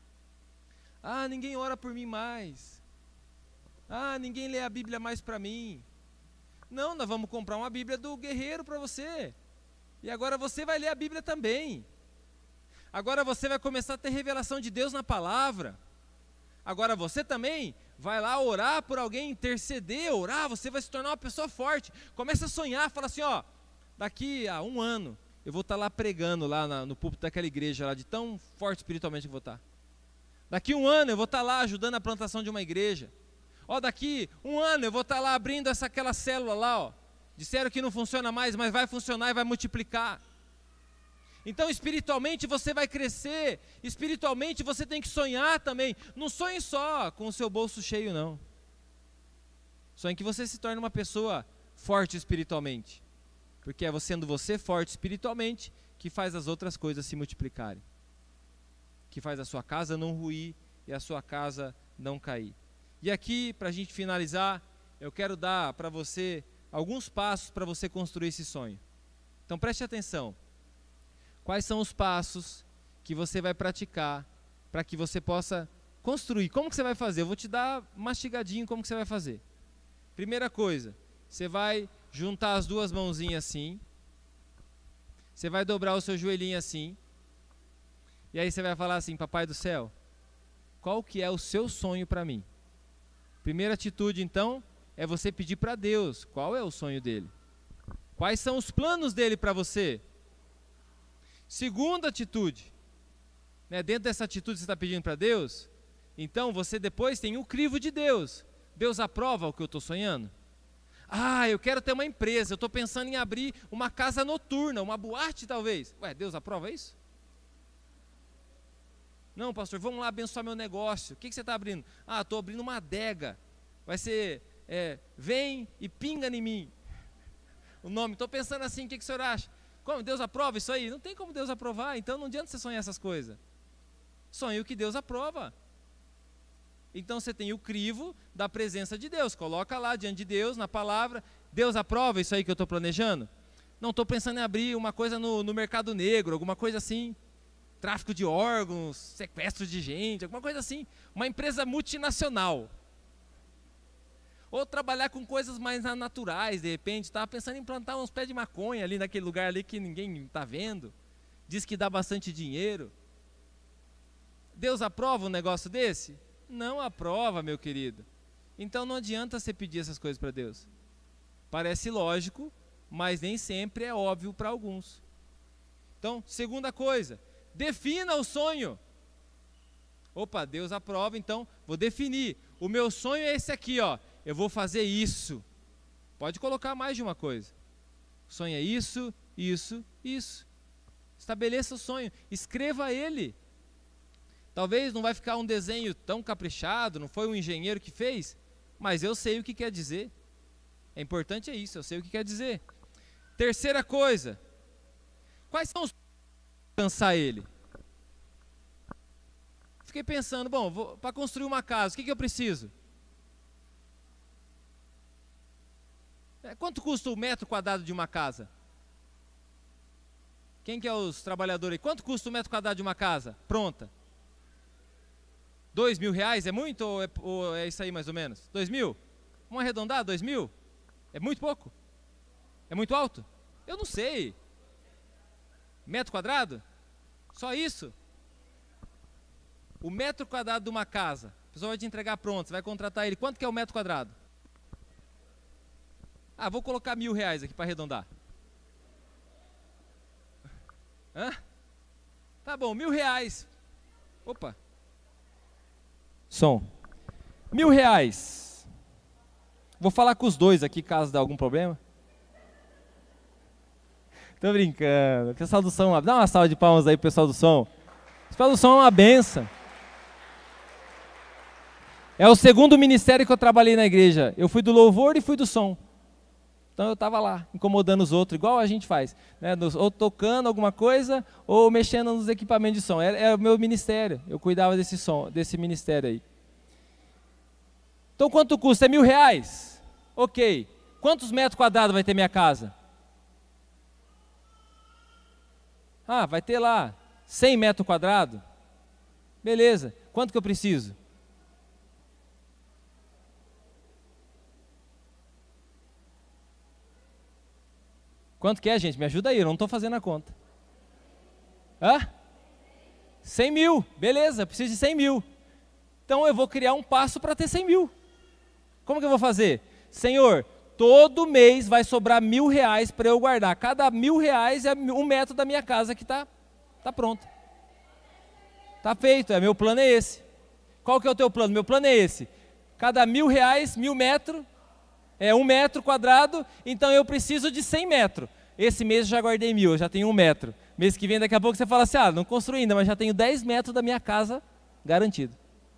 Ah, ninguém ora por mim mais. Ah, ninguém lê a Bíblia mais para mim. Não, nós vamos comprar uma Bíblia do guerreiro para você. E agora você vai ler a Bíblia também. Agora você vai começar a ter revelação de Deus na palavra. Agora você também vai lá orar por alguém, interceder, orar, você vai se tornar uma pessoa forte. Começa a sonhar, fala assim, ó, daqui a um ano eu vou estar lá pregando lá na, no púlpito daquela igreja lá, de tão forte espiritualmente que eu vou estar. Daqui um ano eu vou estar lá ajudando a plantação de uma igreja. Ó, daqui um ano eu vou estar lá abrindo essa, aquela célula lá, ó. Disseram que não funciona mais, mas vai funcionar e vai multiplicar. Então espiritualmente você vai crescer, espiritualmente você tem que sonhar também. Não sonhe só com o seu bolso cheio, não. Sonhe que você se torne uma pessoa forte espiritualmente. Porque é sendo você forte espiritualmente que faz as outras coisas se multiplicarem. Que faz a sua casa não ruir e a sua casa não cair. E aqui, para a gente finalizar, eu quero dar para você alguns passos para você construir esse sonho. Então preste atenção. Quais são os passos que você vai praticar para que você possa construir? Como que você vai fazer? Eu vou te dar mastigadinho como que você vai fazer. Primeira coisa, você vai juntar as duas mãozinhas assim. Você vai dobrar o seu joelhinho assim. E aí você vai falar assim, Papai do céu, qual que é o seu sonho para mim? Primeira atitude então é você pedir para Deus qual é o sonho dele. Quais são os planos dele para você? Segunda atitude, né, dentro dessa atitude que você está pedindo para Deus, então você depois tem o crivo de Deus. Deus aprova o que eu estou sonhando? Ah, eu quero ter uma empresa, eu estou pensando em abrir uma casa noturna, uma boate talvez. Ué, Deus aprova isso? Não, pastor, vamos lá abençoar meu negócio. O que, que você está abrindo? Ah, estou abrindo uma adega. Vai ser, é, vem e pinga em mim. O nome, estou pensando assim, o que, que o senhor acha? Como? Deus aprova isso aí? Não tem como Deus aprovar, então não adianta você sonhar essas coisas. Sonhe o que Deus aprova. Então você tem o crivo da presença de Deus. Coloca lá diante de Deus, na palavra. Deus aprova isso aí que eu estou planejando? Não, estou pensando em abrir uma coisa no, no mercado negro, alguma coisa assim. Tráfico de órgãos, sequestro de gente, alguma coisa assim. Uma empresa multinacional. Ou trabalhar com coisas mais naturais, de repente. Estava pensando em plantar uns pés de maconha ali naquele lugar ali que ninguém está vendo. Diz que dá bastante dinheiro. Deus aprova um negócio desse? Não aprova, meu querido. Então não adianta você pedir essas coisas para Deus. Parece lógico, mas nem sempre é óbvio para alguns. Então, segunda coisa, defina o sonho. Opa, Deus aprova, então vou definir. O meu sonho é esse aqui, ó. Eu vou fazer isso. Pode colocar mais de uma coisa. O sonho é isso, isso, isso. Estabeleça o sonho. Escreva ele. Talvez não vai ficar um desenho tão caprichado, não foi um engenheiro que fez, mas eu sei o que quer dizer. É importante é isso, eu sei o que quer dizer. Terceira coisa, quais são os para alcançar ele? Fiquei pensando, bom, para construir uma casa, o que, que eu preciso? É, quanto custa o metro quadrado de uma casa? Quem que é os trabalhadores aí? Quanto custa o metro quadrado de uma casa? Pronta. Dois mil reais é muito ou é, ou é isso aí mais ou menos? Dois mil? Vamos arredondar, dois mil? É muito pouco? É muito alto? Eu não sei. Metro quadrado? Só isso? O metro quadrado de uma casa, a pessoa vai te entregar pronto, você vai contratar ele, quanto que é o metro quadrado? Ah, vou colocar mil reais aqui para arredondar. Hã? Tá bom, mil reais. Opa. Som. Mil reais. Vou falar com os dois aqui, caso dê algum problema. Tô brincando. Pessoal do som, dá uma salva de palmas aí pro pessoal do som. O pessoal do som é uma benção. É o segundo ministério que eu trabalhei na igreja. Eu fui do louvor e fui do som. Então eu estava lá, incomodando os outros, igual a gente faz, né? Ou tocando alguma coisa, ou mexendo nos equipamentos de som. Era, era o meu ministério, eu cuidava desse som, desse ministério aí. Então quanto custa? É mil reais? Ok. Quantos metros quadrados vai ter minha casa? Ah, vai ter lá cem metros quadrados? Beleza. Quanto que eu preciso? Quanto que é, gente? Me ajuda aí, eu não estou fazendo a conta. Hã? cem mil, beleza, preciso de cem mil. Então eu vou criar um passo para ter cem mil. Como que eu vou fazer? Senhor, todo mês vai sobrar mil reais para eu guardar. Cada mil reais é um metro da minha casa que está tá pronto. Está feito, é, meu plano é esse. Qual que é o teu plano? Meu plano é esse. Cada mil reais, mil metros, é um metro quadrado, então eu preciso de cem metros. Esse mês eu já guardei mil, eu já tenho um metro. Mês que vem, daqui a pouco você fala assim, ah, não construí ainda, mas já tenho dez metros da minha casa garantido.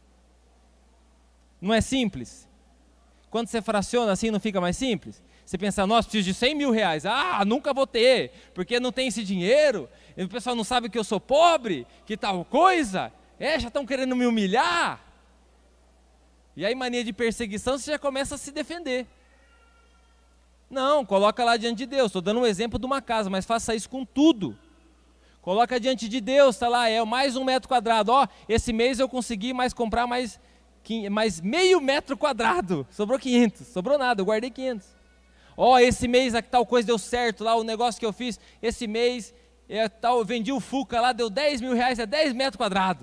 Não é simples? Quando você fraciona assim, não fica mais simples? Você pensa, nossa, preciso de cem mil reais. Ah, nunca vou ter, porque não tem esse dinheiro. E o pessoal não sabe que eu sou pobre, que tal coisa. É, já estão querendo me humilhar. E aí, mania de perseguição, você já começa a se defender. Não, coloca lá diante de Deus. Estou dando um exemplo de uma casa, mas faça isso com tudo. Coloca diante de Deus, está lá, é mais um metro quadrado. Ó, esse mês eu consegui mais comprar mais, mais meio metro quadrado. Sobrou quinhentos, sobrou nada, eu guardei quinhentos. Ó, esse mês a tal coisa deu certo lá, o negócio que eu fiz. Esse mês é, tal, eu vendi o Fuca lá, deu dez mil reais, é dez metros quadrados.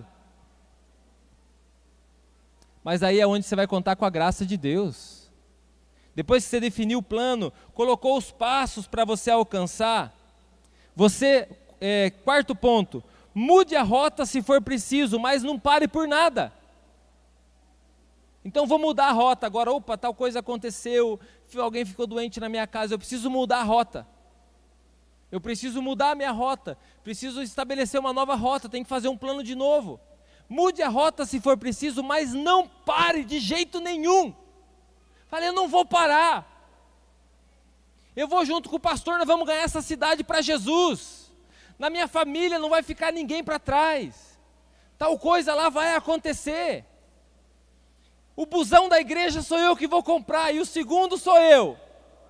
Mas aí é onde você vai contar com a graça de Deus. Depois que você definiu o plano, colocou os passos para você alcançar, você, é, quarto ponto, mude a rota se for preciso, mas não pare por nada. Então vou mudar a rota agora, opa, tal coisa aconteceu, alguém ficou doente na minha casa, eu preciso mudar a rota. Eu preciso mudar a minha rota, preciso estabelecer uma nova rota, tenho que fazer um plano de novo. Mude a rota se for preciso, mas não pare de jeito nenhum. Falei, eu não vou parar. Eu vou junto com o pastor, nós vamos ganhar essa cidade para Jesus. Na minha família não vai ficar ninguém para trás. Tal coisa lá vai acontecer. O busão da igreja sou eu que vou comprar e o segundo sou eu.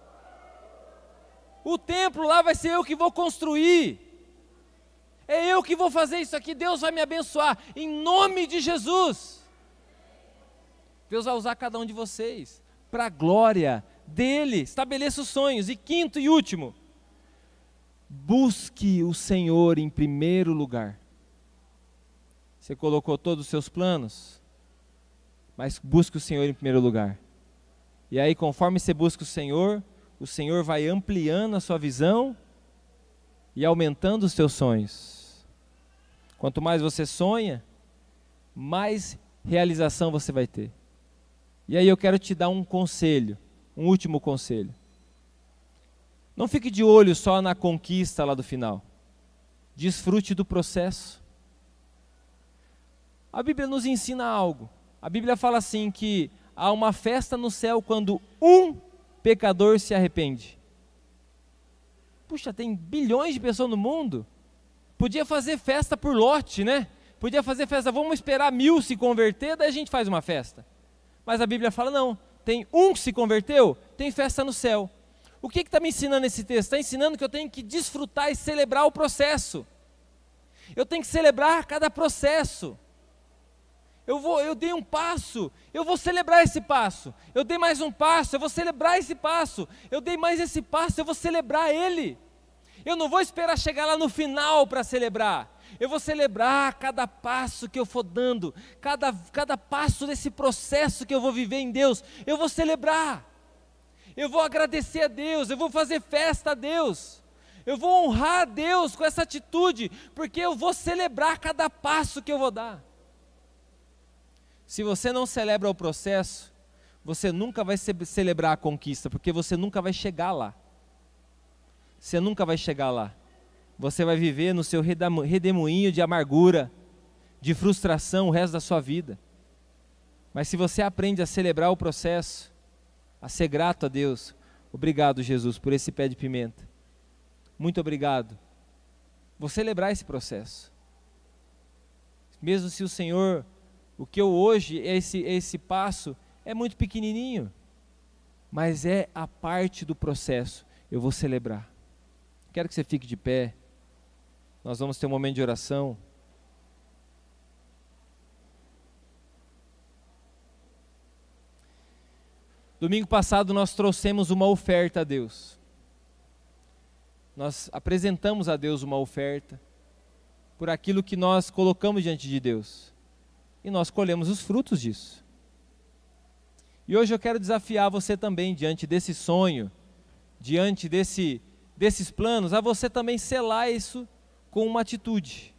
O templo lá vai ser eu que vou construir. É eu que vou fazer isso aqui, Deus vai me abençoar, em nome de Jesus. Deus vai usar cada um de vocês, para a glória dEle. Estabeleça os sonhos. E quinto e último, busque o Senhor em primeiro lugar. Você colocou todos os seus planos, mas busque o Senhor em primeiro lugar. E aí, conforme você busca o Senhor, o Senhor vai ampliando a sua visão e aumentando os seus sonhos. Quanto mais você sonha, mais realização você vai ter. E aí eu quero te dar um conselho, um último conselho. Não fique de olho só na conquista lá do final. Desfrute do processo. A Bíblia nos ensina algo. A Bíblia fala assim que há uma festa no céu quando um pecador se arrepende. Puxa, tem bilhões de pessoas no mundo. Podia fazer festa por lote, né? Podia fazer festa, vamos esperar mil se converter, daí a gente faz uma festa. Mas a Bíblia fala, não, tem um que se converteu, tem festa no céu. O que está me ensinando esse texto? Está ensinando que eu tenho que desfrutar e celebrar o processo. Eu tenho que celebrar cada processo. Eu, vou, eu dei um passo, eu vou celebrar esse passo. Eu dei mais um passo, eu vou celebrar esse passo. Eu dei mais esse passo, eu vou celebrar ele. Eu não vou esperar chegar lá no final para celebrar. Eu vou celebrar cada passo que eu for dando, cada, cada passo desse processo que eu vou viver em Deus. Eu vou celebrar. Eu vou agradecer a Deus, eu vou fazer festa a Deus. Eu vou honrar a Deus com essa atitude, porque eu vou celebrar cada passo que eu vou dar. Se você não celebra o processo, você nunca vai celebrar a conquista, porque você nunca vai chegar lá. Você nunca vai chegar lá. Você vai viver no seu redemoinho de amargura, de frustração o resto da sua vida. Mas se você aprende a celebrar o processo, a ser grato a Deus, obrigado, Jesus, por esse pé de pimenta. Muito obrigado. Vou celebrar esse processo. Mesmo se o Senhor, o que eu hoje, esse, esse passo, é muito pequenininho, mas é a parte do processo, eu vou celebrar. Quero que você fique de pé, nós vamos ter um momento de oração. Domingo passado nós trouxemos uma oferta a Deus. Nós apresentamos a Deus uma oferta por aquilo que nós colocamos diante de Deus. E nós colhemos os frutos disso. E hoje eu quero desafiar você também, diante desse sonho, diante desse, desses planos, a você também selar isso com uma atitude.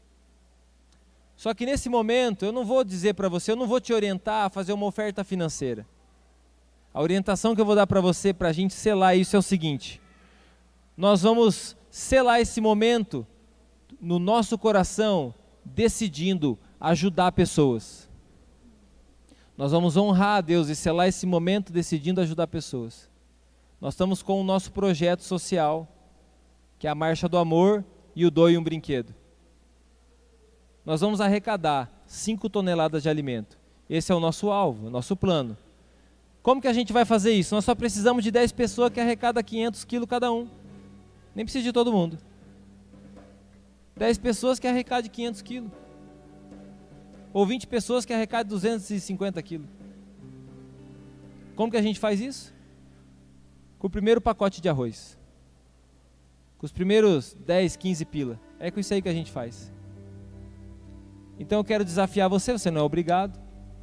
Só que nesse momento, eu não vou dizer para você, eu não vou te orientar a fazer uma oferta financeira. A orientação que eu vou dar para você, para a gente selar isso, é o seguinte: nós vamos selar esse momento no nosso coração, decidindo ajudar pessoas. Nós vamos honrar a Deus e selar esse momento decidindo ajudar pessoas. Nós estamos com o nosso projeto social, que é a Marcha do Amor e o Doe um Brinquedo. Nós vamos arrecadar cinco toneladas de alimento. Esse é o nosso alvo, o nosso plano. Como que a gente vai fazer isso? Nós só precisamos de dez pessoas que arrecadam quinhentos quilos cada um. Nem precisa de todo mundo. dez pessoas que arrecadam quinhentos quilos. Ou vinte pessoas que arrecadam duzentos e cinquenta quilos. Como que a gente faz isso? Com o primeiro pacote de arroz. Com os primeiros dez, quinze pila. É com isso aí que a gente faz. Então eu quero desafiar você, você não é obrigado.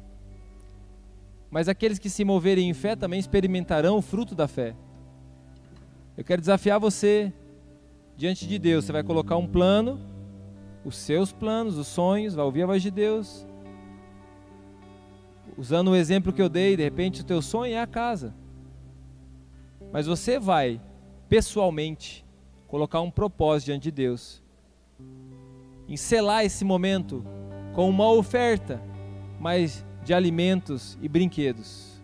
Mas aqueles que se moverem em fé também experimentarão o fruto da fé. Eu quero desafiar você diante de Deus. Você vai colocar um plano, os seus planos, os sonhos, vai ouvir a voz de Deus. Usando o exemplo que eu dei, de repente o teu sonho é a casa. Mas você vai, pessoalmente, colocar um propósito diante de Deus. Em selar esse momento com uma oferta, mas de alimentos e brinquedos.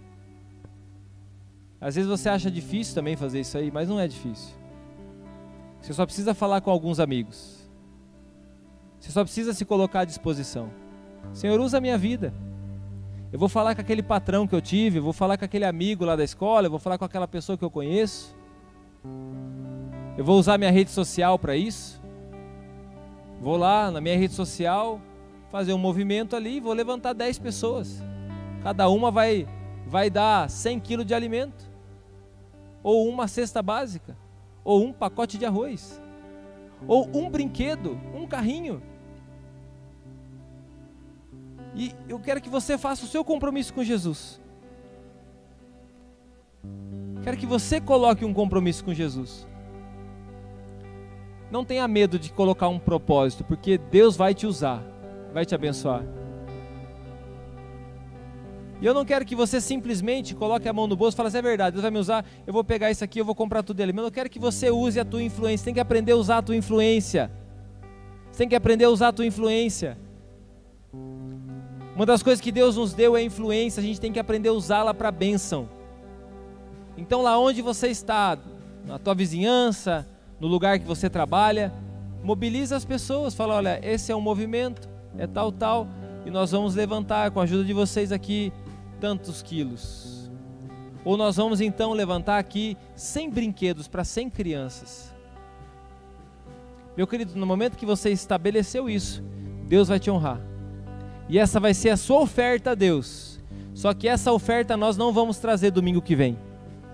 Às vezes você acha difícil também fazer isso aí, mas não é difícil. Você só precisa falar com alguns amigos. Você só precisa se colocar à disposição. Senhor, usa a minha vida. Eu vou falar com aquele patrão que eu tive, eu vou falar com aquele amigo lá da escola, eu vou falar com aquela pessoa que eu conheço. Eu vou usar minha rede social para isso. Vou lá na minha rede social, fazer um movimento ali, vou levantar dez pessoas. Cada uma vai, vai dar cem quilos de alimento. Ou uma cesta básica. Ou um pacote de arroz. Ou um brinquedo, um carrinho. E eu quero que você faça o seu compromisso com Jesus. Quero que você coloque um compromisso com Jesus. Não tenha medo de colocar um propósito, porque Deus vai te usar, vai te abençoar. E eu não quero que você simplesmente coloque a mão no bolso e fale assim, é verdade, Deus vai me usar, eu vou pegar isso aqui, eu vou comprar tudo dele. Mas eu quero que você use a tua influência, você tem que aprender a usar a tua influência. Você tem que aprender a usar a tua influência. Uma das coisas que Deus nos deu é influência, a gente tem que aprender a usá-la para a bênção. Então lá onde você está, na tua vizinhança, no lugar que você trabalha, mobiliza as pessoas, fala, olha, esse é um movimento, é tal, tal, e nós vamos levantar com a ajuda de vocês aqui tantos quilos. Ou nós vamos então levantar aqui cem brinquedos para cem crianças. Meu querido, no momento que você estabeleceu isso, Deus vai te honrar. E essa vai ser a sua oferta a Deus. Só que essa oferta nós não vamos trazer domingo que vem.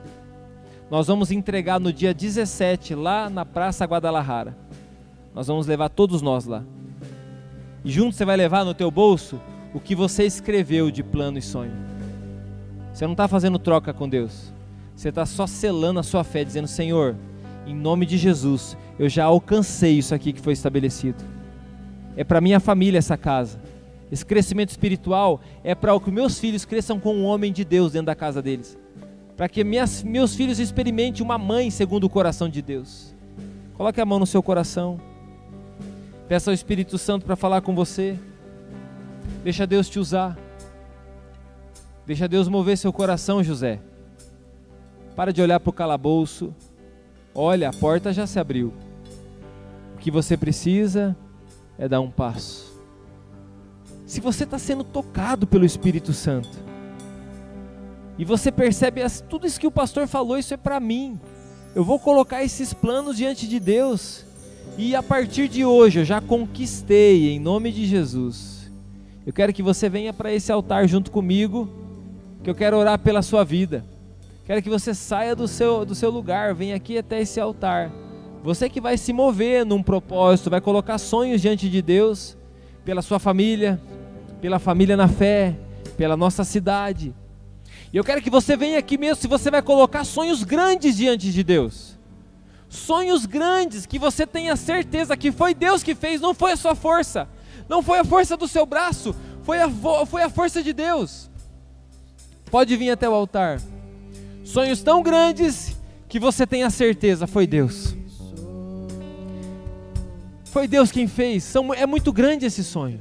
Nós vamos entregar no dia dezessete, lá na Praça Guadalajara. Nós vamos levar todos nós lá. E junto você vai levar no teu bolso o que você escreveu de plano e sonho. Você não está fazendo troca com Deus. Você está só selando a sua fé, dizendo, Senhor, em nome de Jesus, eu já alcancei isso aqui que foi estabelecido. É para minha família essa casa. Esse crescimento espiritual é para que meus filhos cresçam com um homem de Deus dentro da casa deles. Para que minhas, meus filhos experimentem uma mãe segundo o coração de Deus. Coloque a mão no seu coração. Peça ao Espírito Santo para falar com você. Deixa Deus te usar. Deixa Deus mover seu coração, José. Para de olhar para o calabouço. Olha, a porta já se abriu. O que você precisa é dar um passo. Se você está sendo tocado pelo Espírito Santo, e você percebe, tudo isso que o pastor falou, isso é para mim, eu vou colocar esses planos diante de Deus, e a partir de hoje eu já conquistei, em nome de Jesus. Eu quero que você venha para esse altar junto comigo, que eu quero orar pela sua vida. Quero que você saia do seu, do seu lugar, venha aqui até esse altar. Você que vai se mover num propósito, vai colocar sonhos diante de Deus, pela sua família, pela família na fé, pela nossa cidade. E eu quero que você venha aqui mesmo, se você vai colocar sonhos grandes diante de Deus. Sonhos grandes, que você tenha certeza que foi Deus que fez, não foi a sua força. Não foi a força do seu braço, foi a, foi a força de Deus. Pode vir até o altar. Sonhos tão grandes, que você tenha certeza, foi Deus. Foi Deus quem fez, São, é muito grande esse sonho.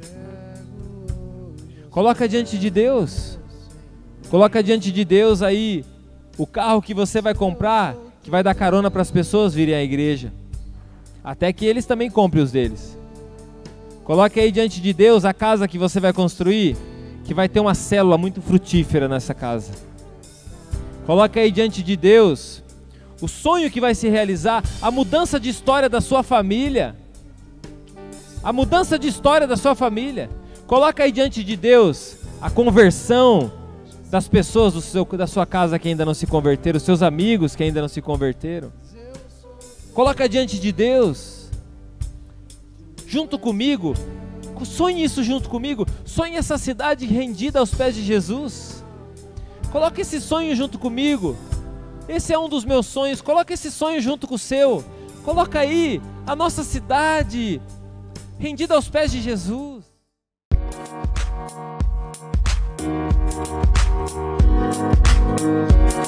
Coloca diante de Deus, coloca diante de Deus aí o carro que você vai comprar, que vai dar carona para as pessoas virem à igreja, até que eles também comprem os deles. Coloque aí diante de Deus a casa que você vai construir, que vai ter uma célula muito frutífera nessa casa. Coloque aí diante de Deus o sonho que vai se realizar, a mudança de história da sua família, a mudança de história da sua família. Coloca aí diante de Deus a conversão das pessoas do seu, da sua casa que ainda não se converteram, os seus amigos que ainda não se converteram. Coloca diante de Deus, junto comigo, sonhe isso junto comigo, sonhe essa cidade rendida aos pés de Jesus. Coloca esse sonho junto comigo, esse é um dos meus sonhos, coloca esse sonho junto com o seu. Coloca aí a nossa cidade rendida aos pés de Jesus. We'll be right back.